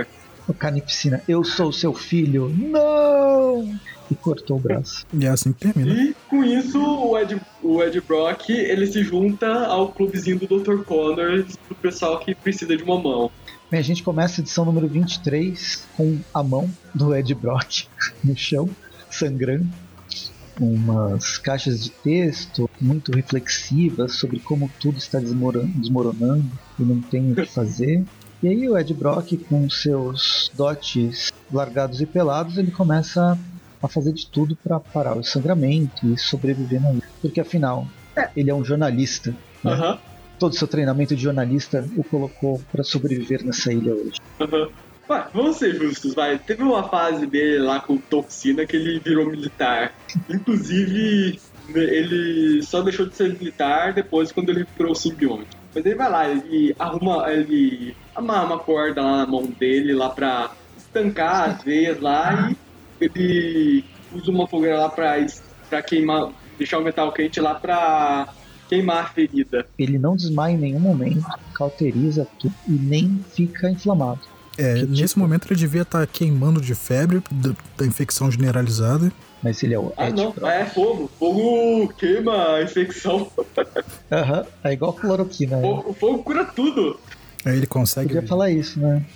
O Carnificina, eu sou seu filho. Não! E cortou o braço. E é assim que termina. E com isso, o Ed Brock, ele se junta ao clubezinho do Dr. Connors, do pessoal que precisa de uma mão. Bem, a gente começa a edição número 23 com a mão do Ed Brock no chão, sangrando. Umas caixas de texto muito reflexivas sobre como tudo está desmoronando e não tem o que fazer. E aí o Ed Brock, com seus dotes largados e pelados, ele começa a fazer de tudo para parar o sangramento e sobreviver na ilha. Porque afinal, ele é um jornalista, né? Aham. Todo o seu treinamento de jornalista o colocou para sobreviver nessa ilha hoje. Aham. Vai, vamos ser justos, vai. Teve uma fase dele lá com o Toxina que ele virou militar. Inclusive, ele só deixou de ser militar depois quando ele virou o simbionte. Mas ele vai lá, ele amarra uma corda lá na mão dele lá pra estancar as veias lá e ele usa uma fogueira lá pra queimar, deixar o metal quente lá pra queimar a ferida. Ele não desmaia em nenhum momento, cauteriza tudo e nem fica inflamado. Nesse momento ele devia estar queimando de febre, da infecção generalizada. Mas ele é o Ed não, Brock. é fogo. Fogo queima a infecção. Aham, é igual cloroquina. O fogo cura tudo. Aí ele consegue... Podia falar isso, né?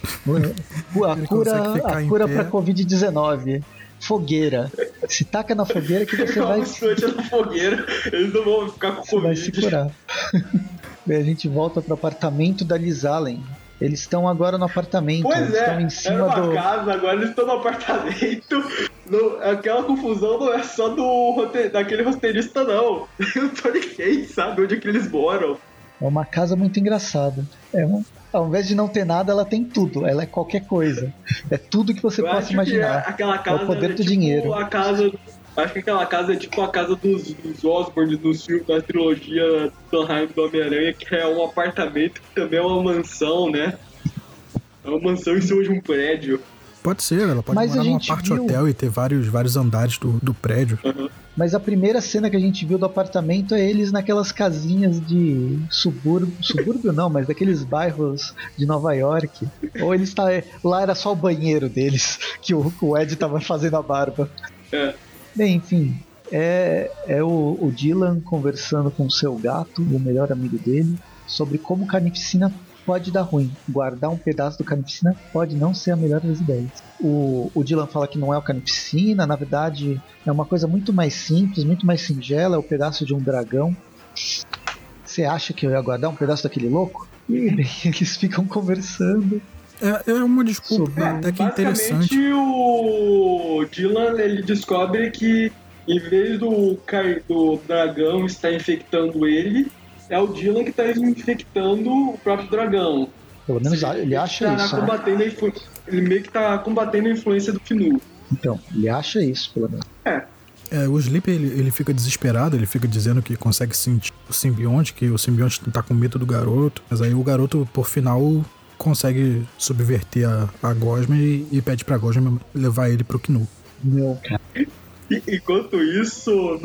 A cura pra Covid-19. Fogueira. Se taca na fogueira que você vai... na fogueira, eles não vão ficar com Você vai Covid. se curar. E a gente volta pro apartamento da Liz Allen. Eles estão agora no apartamento. Pois eles estão em cima era uma casa, agora eles estão no apartamento. Aquela confusão não é só daquele roteirista, não. Eu tô ninguém sabe onde é que eles moram. É uma casa muito engraçada. Ao invés de não ter nada, ela tem tudo. Ela é qualquer coisa. É tudo que você possa imaginar. Aquela casa é o poder do tipo dinheiro. Acho que aquela casa é tipo a casa dos Osborn dos filmes da trilogia do Sanheim do Homem-Aranha, que é um apartamento que também é uma mansão, né? É uma mansão em cima de um prédio. Pode ser, ela pode Mas morar a numa gente parte viu... hotel e ter vários andares do prédio. Uhum. Mas a primeira cena que a gente viu do apartamento é eles naquelas casinhas de subúrbio não, mas daqueles bairros de Nova York. Ou eles lá era só o banheiro deles, que o Ed tava fazendo a barba. É. Bem, enfim, é o Dylan conversando com o seu gato, o melhor amigo dele, sobre como carnificina pode dar ruim. Guardar um pedaço do carnificina pode não ser a melhor das ideias. O Dylan fala que não é o carnificina, na verdade é uma coisa muito mais simples, muito mais singela, é o pedaço de um dragão. Você acha que eu ia guardar um pedaço daquele louco? E bem, eles ficam conversando. É uma desculpa até que interessante. Basicamente, o Dylan ele descobre que em vez do dragão estar infectando ele, é o Dylan que está infectando o próprio dragão. Pelo menos ele acha isso. Né? Ele meio que tá combatendo a influência do Knu. Então, ele acha isso, pelo menos. O Sleep ele fica desesperado, ele fica dizendo que consegue sentir o simbionte, que o simbionte tá com medo do garoto. Mas aí o garoto, por final, consegue subverter a Gosma e pede pra Gosma levar ele pro Knu. Meu, cara. Enquanto isso,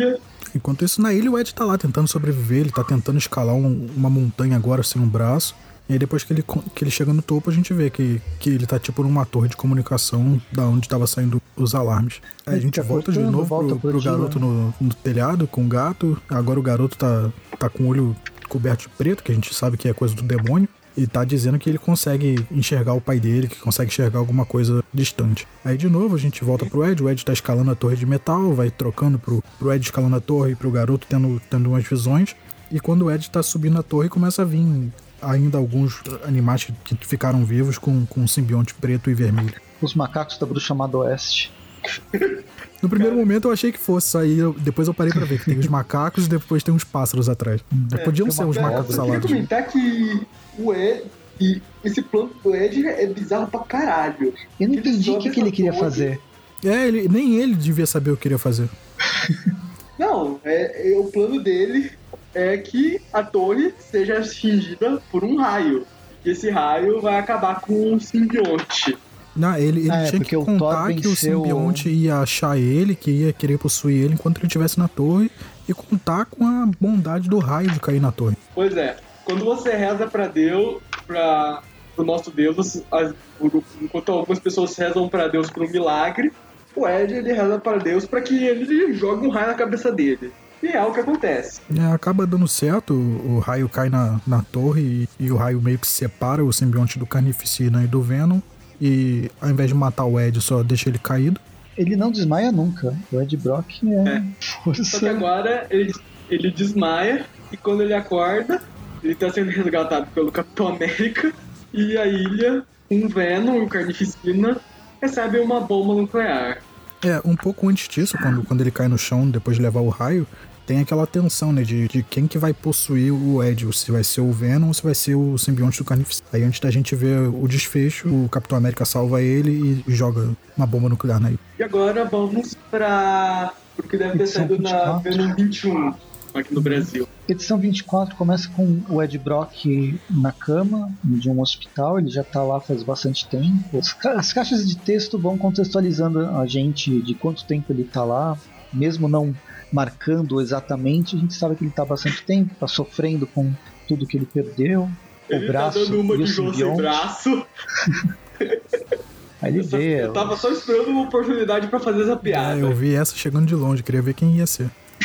na ilha, o Ed tá lá tentando sobreviver, ele tá tentando escalar uma montanha agora sem um braço. E aí depois que ele chega no topo, a gente vê que ele tá tipo numa torre de comunicação da onde tava saindo os alarmes. Aí a gente volta de novo pro garoto no telhado com o gato. Agora o garoto tá com o olho coberto de preto, que a gente sabe que é coisa do demônio. E tá dizendo que ele consegue enxergar o pai dele, que consegue enxergar alguma coisa distante. Aí de novo a gente volta pro Ed, o Ed tá escalando a torre de metal, vai trocando pro Ed escalando a torre e pro garoto tendo umas visões. E quando o Ed tá subindo a torre, começa a vir ainda alguns animais que ficaram vivos com um simbionte preto e vermelho. Os macacos da Bruxa Má do Oeste. No primeiro momento eu achei que fosse, aí depois eu parei pra ver que tem os macacos e depois tem uns pássaros atrás. Podiam ser uns macacos salados. Eu queria comentar que o Ed, e esse plano do Ed é bizarro pra caralho. Eu não entendi o que ele queria fazer. Nem ele devia saber o que queria fazer. Não, o plano dele é que a torre seja atingida por um raio. E esse raio vai acabar com o simbionte. Não, ele tinha que contar que o simbionte ia achar ele, que ia querer possuir ele enquanto ele estivesse na torre, e contar com a bondade do raio de cair na torre. Pois é, quando você reza pra Deus, pra pro nosso Deus, enquanto algumas pessoas rezam para Deus por um milagre, o Ed ele reza para Deus para que ele jogue um raio na cabeça dele. E é o que acontece. Acaba dando certo, o raio cai na torre e o raio meio que separa o simbionte do Carnificina e do Venom. E ao invés de matar o Ed, só deixa ele caído. Ele não desmaia nunca. O Ed Brock força. Só que agora ele desmaia e quando ele acorda, ele tá sendo resgatado pelo Capitão América e a ilha, um Venom e o Carnificina recebem uma bomba nuclear. Um pouco antes disso, quando ele cai no chão depois de levar o raio, tem aquela tensão, né, de quem que vai possuir o Ed, se vai ser o Venom ou se vai ser o simbionte do Carnificina. Aí antes da gente ver o desfecho, o Capitão América salva ele e joga uma bomba nuclear na ilha. E agora vamos pra... porque deve ter saído na Venom 21 aqui no Brasil. Edição 24 começa com o Ed Brock na cama de um hospital, ele já tá lá faz bastante tempo. As caixas de texto vão contextualizando a gente de quanto tempo ele tá lá, mesmo não marcando exatamente, a gente sabe que ele tá há bastante tempo, tá sofrendo com tudo que ele perdeu, ele o braço tá dando uma e o de João sem braço. Aí ele vê. Eu tava só esperando uma oportunidade pra fazer essa piada. Eu vi essa chegando de longe, queria ver quem ia ser.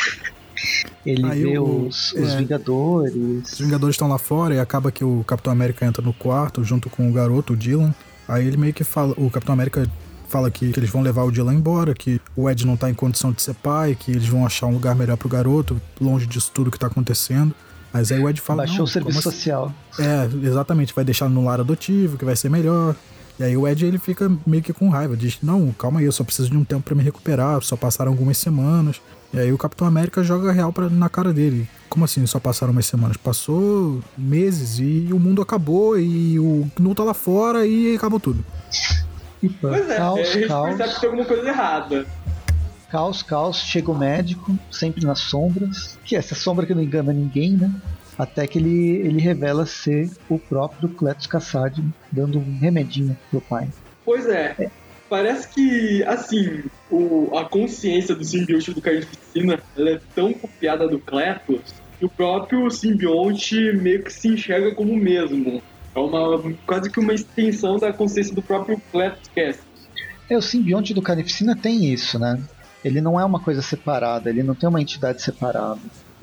Ele vê os Vingadores. Os Vingadores estão lá fora e acaba que o Capitão América entra no quarto junto com o garoto, o Dylan. Aí ele meio que fala, o Capitão América fala que eles vão levar o Dylan embora, que o Ed não tá em condição de ser pai, que eles vão achar um lugar melhor pro garoto, longe disso tudo que tá acontecendo. Mas aí o Ed fala... Baixou o serviço social. Exatamente, vai deixar no lar adotivo, que vai ser melhor. E aí o Ed, ele fica meio que com raiva, diz, não, calma aí, eu só preciso de um tempo pra me recuperar, só passaram algumas semanas. E aí o Capitão América joga real na cara dele. Como assim só passaram umas semanas? Passou meses e o mundo acabou e o Knu tá lá fora e acabou tudo. Pois é, a gente percebe que tem alguma coisa errada. Caos, chega o médico, sempre nas sombras, que é essa sombra que não engana ninguém, né? Até que ele revela ser o próprio Cletus Kasady, dando um remedinho pro pai. Pois é. Parece que, assim, a consciência do simbionte do Carnificina, ela é tão copiada do Cletus que o próprio simbionte meio que se enxerga como o mesmo. É quase que uma extensão da consciência do próprio Cletus Kasady. O simbionte do Carnificina tem isso, né? Ele não é uma coisa separada, ele não tem uma entidade separada.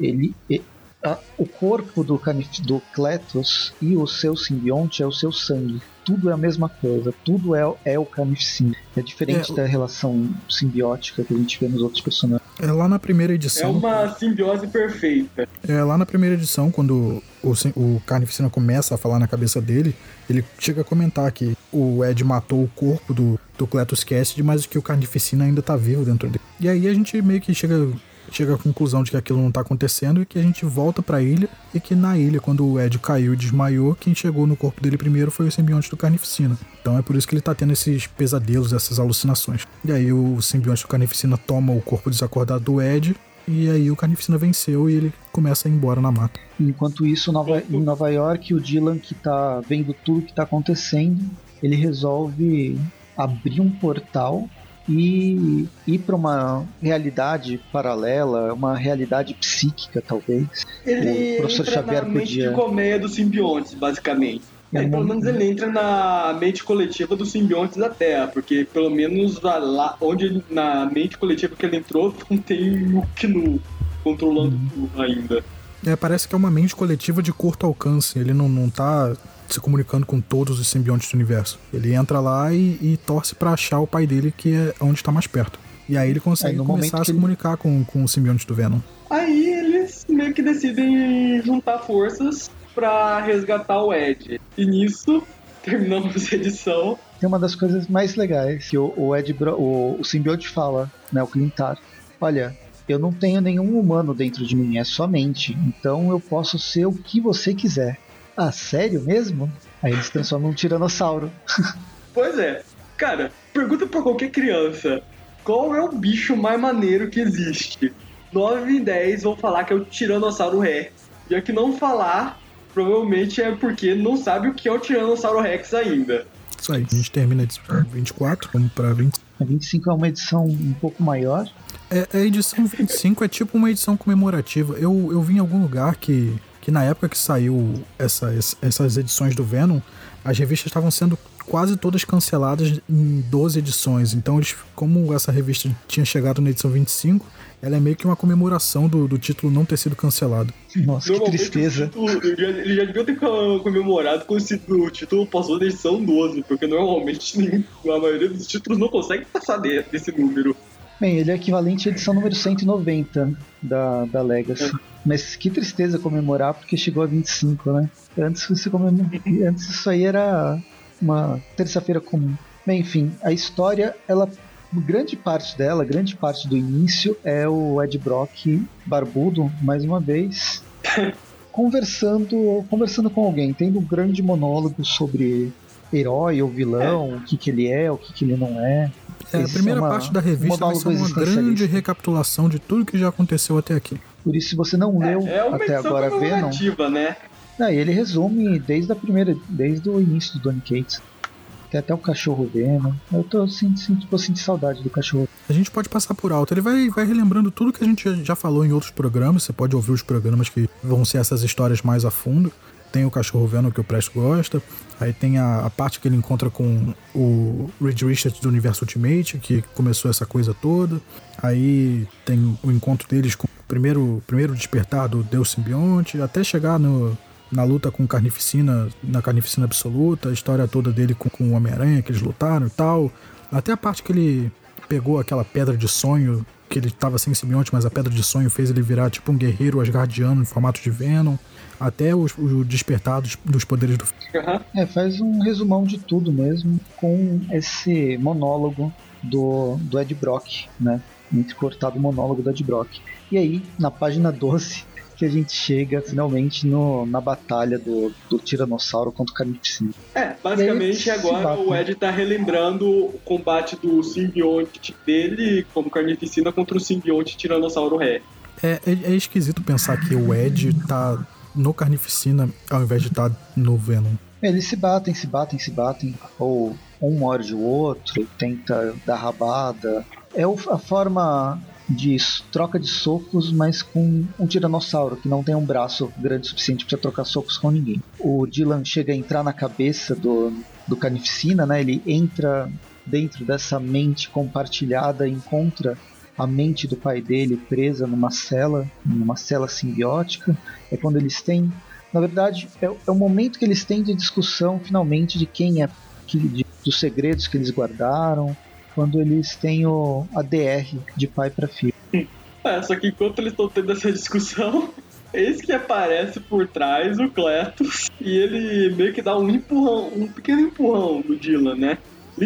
O corpo do Cletus e o seu simbionte é o seu sangue. Tudo é a mesma coisa, tudo é o Carnificina. É diferente da relação simbiótica que a gente vê nos outros personagens. Lá na primeira edição... É uma simbiose perfeita. Lá na primeira edição, quando o Carnificina começa a falar na cabeça dele, ele chega a comentar que o Ed matou o corpo do Cletus Kasady, mas que o Carnificina ainda tá vivo dentro dele. E aí a gente meio que chega à conclusão de que aquilo não tá acontecendo e que a gente volta pra ilha e que na ilha, quando o Ed caiu e desmaiou, quem chegou no corpo dele primeiro foi o simbionte do Carnificina. Então é por isso que ele tá tendo esses pesadelos, essas alucinações. E aí o simbionte do Carnificina toma o corpo desacordado do Ed e aí o Carnificina venceu e ele começa a ir embora na mata. Enquanto isso, em Nova York, o Dylan, que tá vendo tudo que tá acontecendo, ele resolve abrir um portal e ir para uma realidade paralela, uma realidade psíquica, talvez. Ele o professor entra Xavier na mente de colmeia dos simbiontes, basicamente. Pelo menos ele entra na mente coletiva dos simbiontes da Terra, porque pelo menos lá onde na mente coletiva que ele entrou não tem o Knu controlando tudo ainda. Parece que é uma mente coletiva de curto alcance, ele não tá se comunicando com todos os simbiontes do universo. Ele entra lá e torce pra achar o pai dele, que é onde tá mais perto. E aí ele consegue começar a se comunicar com o simbionte do Venom. Aí eles meio que decidem juntar forças pra resgatar o Ed. E nisso, terminamos a edição. Tem uma das coisas mais legais que o simbionte fala, né, o Clintar. Olha, eu não tenho nenhum humano dentro de mim, é só mente. Então eu posso ser o que você quiser. Ah, sério mesmo? Aí ele se transforma num tiranossauro. Pois é. Cara, pergunta pra qualquer criança. Qual é o bicho mais maneiro que existe? 9 em 10 vão falar que é o Tiranossauro Rex. E a que não falar, provavelmente é porque não sabe o que é o Tiranossauro Rex ainda. Isso aí, a gente termina a edição 24, vamos pra 25. A 25 é uma edição um pouco maior. A edição 25 é tipo uma edição comemorativa. Eu vi em algum lugar que que na época que saiu essas edições do Venom, as revistas estavam sendo quase todas canceladas em 12 edições. Então, como essa revista tinha chegado na edição 25, ela é meio que uma comemoração do título não ter sido cancelado. Nossa, que tristeza. Ele já devia ter comemorado quando o título passou da edição 12, porque normalmente a maioria dos títulos não consegue passar desse número. Bem, ele é equivalente à edição número 190 da Legacy. Mas que tristeza comemorar, porque chegou a 25, né? Antes isso aí era uma terça-feira comum. Bem, enfim, a história, grande parte do início é o Ed Brock barbudo, mais uma vez, conversando com alguém, tendo um grande monólogo sobre herói ou vilão, o que ele é, o que ele não é. A primeira parte da revista vai ser uma grande recapitulação de tudo que já aconteceu até aqui. Por isso, se você não leu até agora Venom, né? Ele resume desde o início do Donny Cates. Tem até o cachorro Venom. Eu tô sentindo saudade do cachorro. A gente pode passar por alto. Ele vai relembrando tudo que a gente já falou em outros programas. Você pode ouvir os programas que vão ser essas histórias mais a fundo. Tem o cachorro Venom que o Presto gosta. Aí tem a parte que ele encontra com o Reed Richards do Universo Ultimate, que começou essa coisa toda. Aí tem o encontro deles com o primeiro despertar do Deus Simbionte, até chegar na luta com Carnificina, na Carnificina Absoluta, a história toda dele com o Homem-Aranha, que eles lutaram e tal. Até a parte que ele pegou aquela pedra de sonho, que ele estava sem simbionte, mas a pedra de sonho fez ele virar tipo um guerreiro asgardiano em formato de Venom. Até o despertar dos poderes do filme. Faz um resumão de tudo mesmo, com esse monólogo do Ed Brock, né? Entrecortado o monólogo do Ed Brock. E aí, na página 12, que a gente chega finalmente na batalha do Tiranossauro contra o Carnificina. Basicamente agora o Ed tá relembrando o combate do simbionte dele como Carnificina contra o simbionte Tiranossauro Rex. É esquisito pensar que o Ed tá no Carnificina ao invés de estar no Venom. Eles se batem, ou um morde o outro, tenta dar rabada. É a forma de troca de socos, mas com um tiranossauro que não tem um braço grande o suficiente para trocar socos com ninguém. O Dylan chega a entrar na cabeça do Carnificina, né? Ele entra dentro dessa mente compartilhada, encontra a mente do pai dele presa numa cela simbiótica. É quando eles têm, na verdade, é o momento que eles têm de discussão finalmente de quem é, dos segredos que eles guardaram, quando eles têm a DR de pai para filho. Só que enquanto eles estão tendo essa discussão, eis que aparece por trás o Cletus e ele meio que dá um pequeno empurrão no Dylan, né?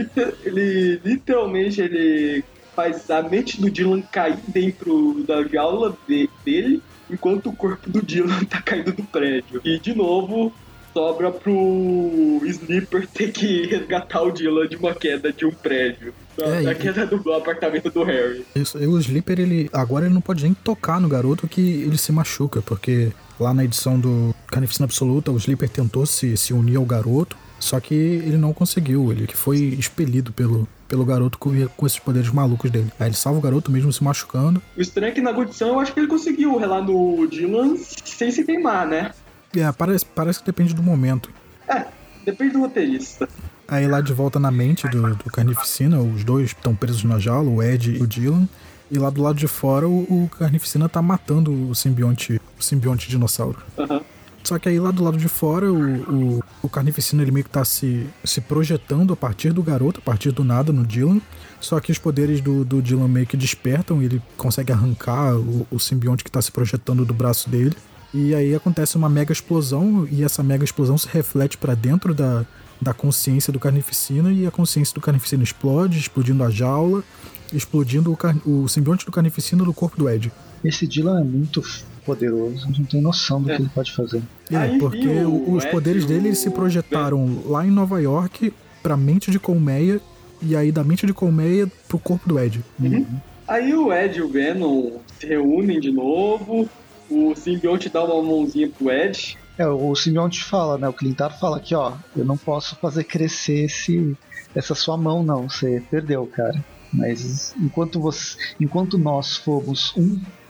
Literalmente ele faz a mente do Dylan cair dentro da jaula dele, enquanto o corpo do Dylan tá caindo do prédio. E de novo sobra pro Sleeper ter que resgatar o Dylan de uma queda de um prédio. Da queda do apartamento do Harry. Isso, e o Sleeper, agora ele não pode nem tocar no garoto que ele se machuca, porque lá na edição do Carnificina Absoluta, o Sleeper tentou se unir ao garoto, só que ele não conseguiu, ele que foi expelido pelo garoto com esses poderes malucos dele. Aí ele salva o garoto mesmo se machucando. O estranho é que na condição eu acho que ele conseguiu relar no Dylan sem se queimar, né? Parece que depende do momento. Depende do roteirista. Aí lá de volta na mente do Carnificina, os dois estão presos na jaula, o Ed e o Dylan. E lá do lado de fora o Carnificina tá matando o simbionte dinossauro. Só que aí lá do lado de fora o Carnificina ele meio que tá se projetando a partir do garoto, a partir do nada no Dylan. Só que os poderes do Dylan meio que despertam e ele consegue arrancar o simbionte que tá se projetando do braço dele. E aí acontece uma mega explosão e essa mega explosão se reflete para dentro da consciência do Carnificina e a consciência do Carnificina explode, explodindo a jaula, explodindo o simbionte do Carnificina do corpo do Ed. Esse Dylan é muito poderoso, a gente não tem noção do que ele pode fazer. Porque os poderes dele se projetaram lá em Nova York pra mente de Colmeia e aí da mente de Colmeia pro corpo do Ed. Aí o Ed e o Venom se reúnem de novo, o simbionte dá uma mãozinha pro Ed. O simbionte fala, né? O Clintar fala aqui, ó, eu não posso fazer crescer essa sua mão, não. Você perdeu, cara. Mas enquanto nós fomos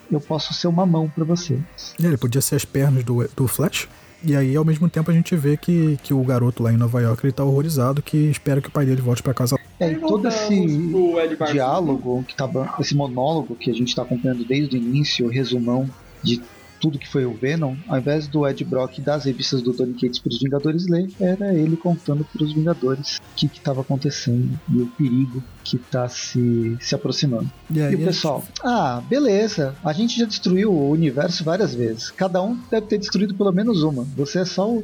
eu posso ser uma mão pra você. Ele podia ser as pernas do Flash. E aí, ao mesmo tempo, a gente vê que o garoto lá em Nova York, ele tá horrorizado, que espera que o pai dele volte pra casa. E todo esse diálogo, esse monólogo que a gente tá acompanhando desde o início, o resumão de tudo que foi o Venom, ao invés do Ed Brock das revistas do Donny Cates para os Vingadores ler, era ele contando para os Vingadores o que estava acontecendo e o perigo que está se aproximando. E o pessoal, beleza, a gente já destruiu o universo várias vezes, cada um deve ter destruído pelo menos uma, você é só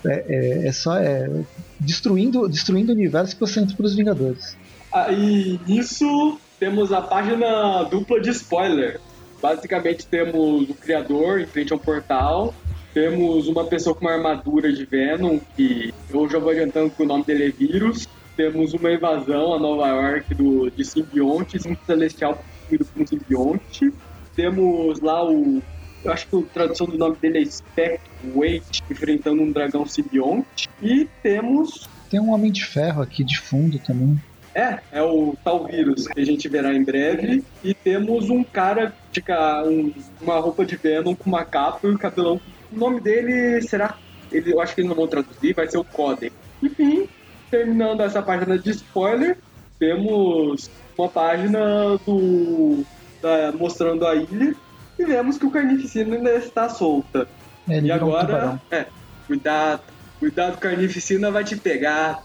destruindo o universo que você entra para os Vingadores. E nisso temos a página dupla de spoiler. Basicamente temos o criador em frente a um portal, temos uma pessoa com uma armadura de Venom, que eu já vou adiantando que o nome dele é Vírus, temos uma invasão a Nova York de simbiontes, um celestial possuído por um simbionte, temos lá eu acho que a tradução do nome dele é Spectre Wait, enfrentando um dragão simbionte, e tem um Homem de Ferro aqui de fundo também. É o tal Vírus que a gente verá em breve. E temos um cara uma roupa de Venom com uma capa e um cabelão. O nome dele será... eu acho que eles não vão traduzir, vai ser o Coden. Enfim, terminando essa página de spoiler, temos uma página mostrando a ilha e vemos que o Carnificina ainda está solta. E agora... Cuidado, Carnificina vai te pegar.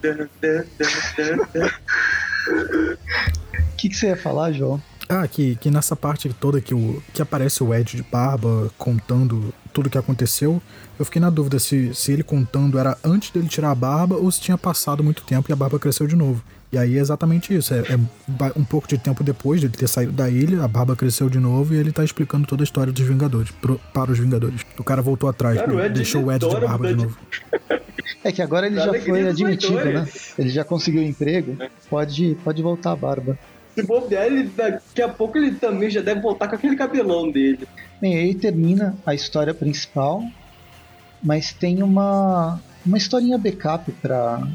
O que você ia falar, João? Que nessa parte toda que aparece o Ed de barba contando tudo o que aconteceu, eu fiquei na dúvida se ele contando era antes dele tirar a barba ou se tinha passado muito tempo e a barba cresceu de novo. E aí é exatamente isso, é um pouco de tempo depois de ele ter saído da ilha, a barba cresceu de novo e ele tá explicando toda a história dos Vingadores, para os Vingadores. O cara voltou atrás, deixou o Ed de barba de novo. É que agora ele já foi admitido, né? Ele já conseguiu um emprego, pode voltar a barba. Se bobear, daqui a pouco ele também já deve voltar com aquele cabelão dele. Bem, aí termina a história principal, mas tem uma historinha backup pra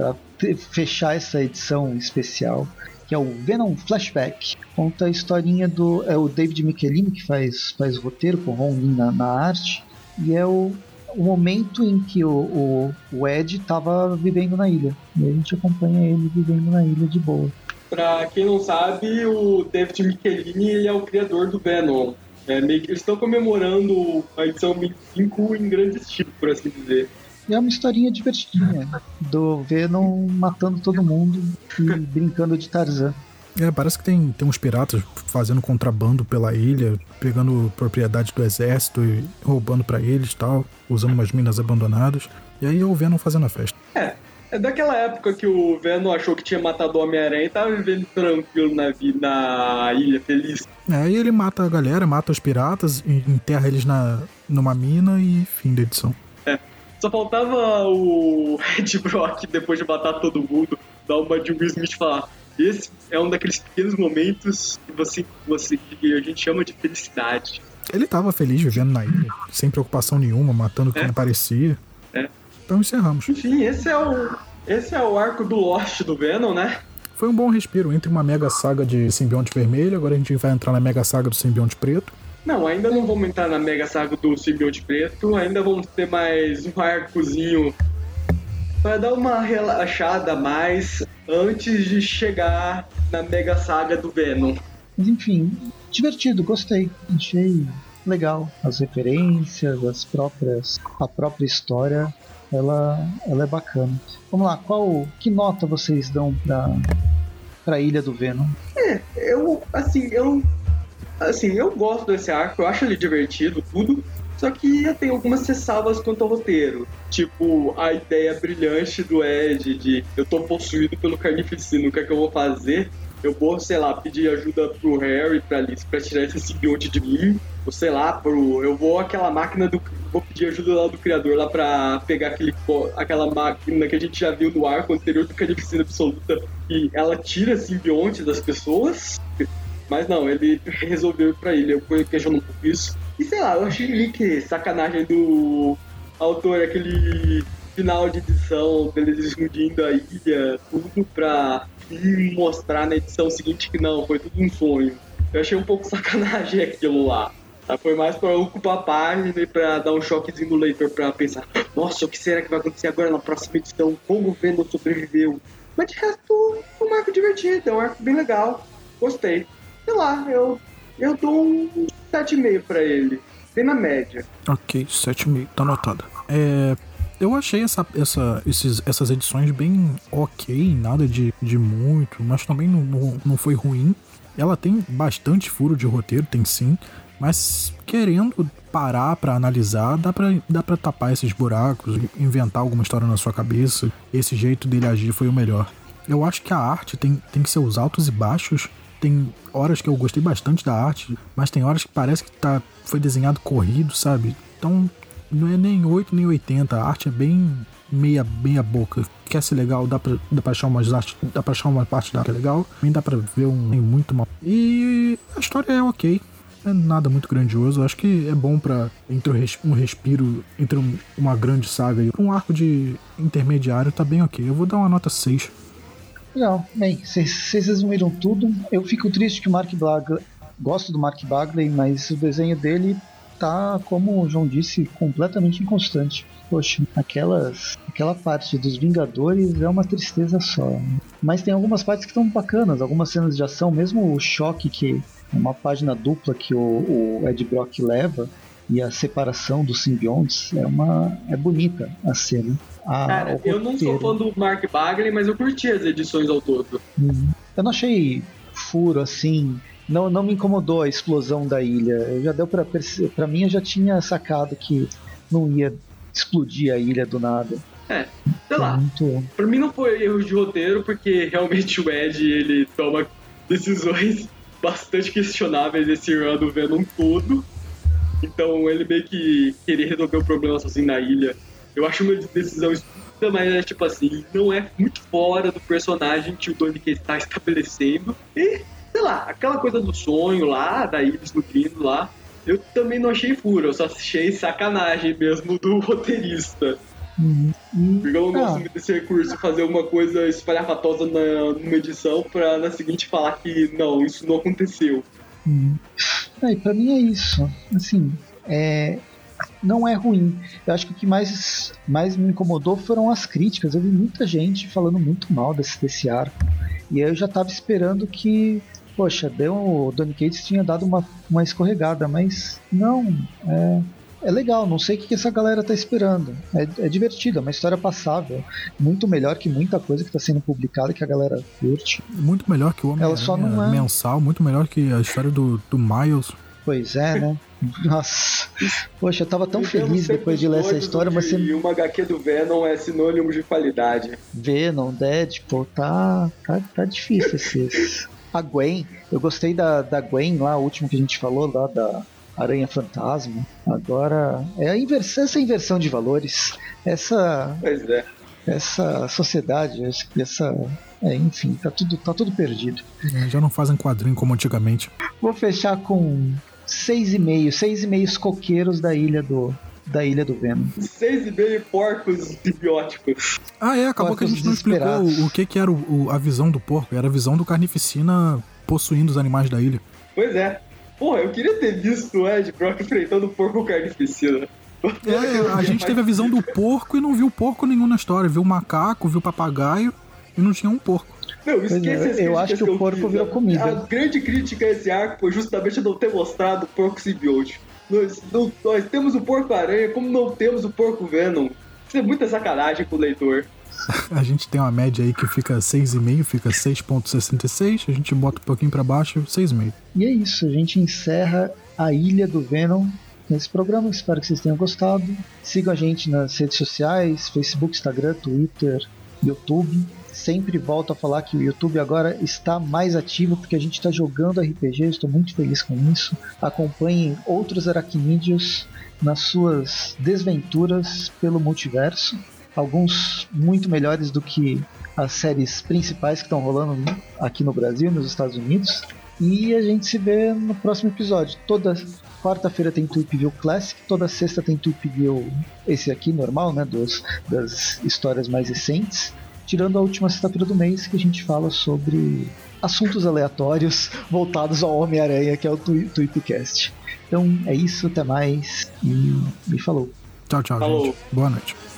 fechar essa edição especial, que é o Venom Flashback. Conta a historinha é o David Michelini que faz o roteiro, com o Ron Lim na arte, e é o momento em que o Ed estava vivendo na ilha. E a gente acompanha ele vivendo na ilha de boa. Pra quem não sabe, o David Michelini ele é o criador do Venom. Eles estão comemorando a edição 25 em grande estilo, por assim dizer. E é uma historinha divertidinha do Venom matando todo mundo e brincando de Tarzan. Parece que tem uns piratas fazendo contrabando pela ilha, pegando propriedade do exército e roubando pra eles e tal, usando umas minas abandonadas. E aí o Venom fazendo a festa. É daquela época que o Venom achou que tinha matado o Homem-Aranha e tava vivendo tranquilo na ilha, feliz. Aí ele mata a galera, mata os piratas, enterra eles numa mina e fim da edição. Só faltava o Ed Brock, depois de matar todo mundo, dar uma de Will Smith e falar: esse é um daqueles pequenos momentos que a gente chama de felicidade. Ele tava feliz vivendo na ilha, sem preocupação nenhuma, matando quem aparecia. Então encerramos. Enfim, esse é o arco do Lost do Venom, né? Foi um bom respiro entre uma mega saga de simbionte vermelho, agora a gente vai entrar na mega saga do simbionte preto. Não, ainda não vamos entrar na mega saga do simbionte preto, ainda vamos ter mais um arcozinho para dar uma relaxada a mais antes de chegar na mega saga do Venom. Mas enfim, divertido, gostei, achei legal as referências, a própria história, ela é bacana. Vamos lá, que nota vocês dão pra Ilha do Venom? Eu gosto desse arco, eu acho ele divertido, tudo. Só que eu tenho algumas ressalvas quanto ao roteiro. Tipo, a ideia brilhante do Ed de eu tô possuído pelo Carnificina, o que é que eu vou fazer? Eu vou, sei lá, pedir ajuda pro Harry, pra Alice, pra tirar esse simbionte de mim. Ou sei lá, eu vou àquela máquina vou pedir ajuda lá do criador lá pra pegar aquela máquina que a gente já viu no arco anterior do Carnificina Absoluta. E ela tira simbionte das pessoas. Mas não, ele resolveu ir pra ilha. Eu fui questionando um pouco isso. E sei lá, eu achei meio que sacanagem do autor, aquele final de edição, deles explodindo a ilha, tudo pra mostrar na edição seguinte que não, foi tudo um sonho. eu achei um pouco sacanagem aquilo lá. Foi mais pra ocupar a página e pra dar um choquezinho no leitor pra pensar, nossa, o que será que vai acontecer agora na próxima edição? Como o Venom sobreviveu? Mas de resto, é um arco divertido, é um arco bem legal. Gostei. Sei lá, eu dou um 7,5 pra ele. Bem na média. Ok, 7,5, tá anotado. Eu achei essas edições bem ok, nada de muito, mas também não foi ruim. Ela tem bastante furo de roteiro, tem sim, mas querendo parar pra analisar, dá pra tapar esses buracos, inventar alguma história na sua cabeça. Esse jeito dele agir foi o melhor. Eu acho que a arte tem que ser os altos e baixos. Tem horas que eu gostei bastante da arte, mas tem horas que parece que foi desenhado corrido, sabe? Então não é nem 8 nem 80, a arte é bem meia boca. Quer ser legal, dá pra achar uma parte da arte legal, também dá pra ver muito mal. E a história é ok, não é nada muito grandioso. Acho que é bom pra entre um respiro entre uma grande saga e um arco de intermediário, tá bem ok. Eu vou dar uma nota 6. Legal. Bem, vocês resumiram tudo. Eu fico triste que o Mark Bagley... Gosto do Mark Bagley, mas o desenho dele tá, como o João disse, completamente inconstante. Poxa, aquela parte dos Vingadores é uma tristeza só. Mas tem algumas partes que estão bacanas, algumas cenas de ação, mesmo o choque que... Uma página dupla que o Ed Brock leva e a separação dos simbiontes é bonita a cena. Cara, eu não sou fã do Mark Bagley, mas eu curti as edições ao todo. Eu não achei furo assim, não me incomodou a explosão da ilha. Já deu pra mim, eu já tinha sacado que não ia explodir a ilha do nada. Sei lá. Pra mim não foi erro de roteiro, porque realmente o Ed, ele toma decisões bastante questionáveis esse run do Venom todo. Então ele meio que queria resolver o problema sozinho na ilha. Eu acho uma decisão estúpida, mas é tipo assim, não é muito fora do personagem que o Donny Cates está estabelecendo. E, sei lá, aquela coisa do sonho lá, da ilha nutrindo lá, eu também não achei furo, eu só achei sacanagem mesmo do roteirista. Porque eu não gosto muito desse recurso, fazer uma coisa espalhafatosa numa edição pra na seguinte falar que não, isso não aconteceu. Pra mim é isso. Assim, não é ruim. Eu acho que o que mais me incomodou foram as críticas. Eu vi muita gente falando muito mal desse arco. E eu já tava esperando que, poxa, o Donny Cates tinha dado uma escorregada, mas não. É legal, não sei o que essa galera tá esperando. É divertido, é uma história passável. Muito melhor que muita coisa que tá sendo publicada que a galera curte. Muito melhor que o Homem-Aranha mensal, muito melhor que a história do Miles. Pois é, né? Nossa. Poxa, eu tava tão feliz depois de ler essa história, mas E uma HQ do Venom é sinônimo de qualidade. Venom, Deadpool, tá difícil esses. A Gwen, eu gostei da Gwen lá, o último que a gente falou, lá da Aranha Fantasma. Agora, essa inversão de valores, Pois é. Essa sociedade, enfim, tá tudo perdido. Já não fazem quadrinho como antigamente. Vou fechar com 6,5 coqueiros da ilha do Venom. 6,5 porcos simbióticos. Acabou que a gente não explicou o que era a visão do porco. Era a visão do Carnificina possuindo os animais da ilha. Pois é. Porra, eu queria ter visto o Ed Brock enfrentando o porco Carnificina. A gente teve a visão do porco e não viu porco nenhum na história. Viu o macaco, viu o papagaio e não tinha um porco. Não, esquece eu acho que o porco virou comida. A grande crítica a esse arco foi justamente não ter mostrado o porco simbiótico. Nós temos o porco-aranha, como não temos o porco-venom. Isso é muita sacanagem pro leitor. A gente tem uma média aí que fica 6,5, fica 6,66. A gente bota um pouquinho pra baixo, 6,5. E é isso, a gente encerra a Ilha do Venom nesse programa. Espero que vocês tenham gostado. Sigam a gente nas redes sociais, Facebook, Instagram, Twitter, YouTube. Sempre volto a falar que o YouTube agora está mais ativo porque a gente está jogando RPG, eu estou muito feliz com isso. Acompanhem outros aracnídeos nas suas desventuras pelo multiverso. Alguns muito melhores do que as séries principais que estão rolando aqui no Brasil e nos Estados Unidos. E a gente se vê no próximo episódio. Toda quarta-feira tem Tweep View Classic, toda sexta tem Tweep View esse aqui normal, né, das histórias mais recentes. tirando a última sexta-feira do mês, que a gente fala sobre assuntos aleatórios voltados ao Homem-Aranha, que é o Tweepcast. Então é isso, até mais e falou. Tchau, Falou. gente. Boa noite.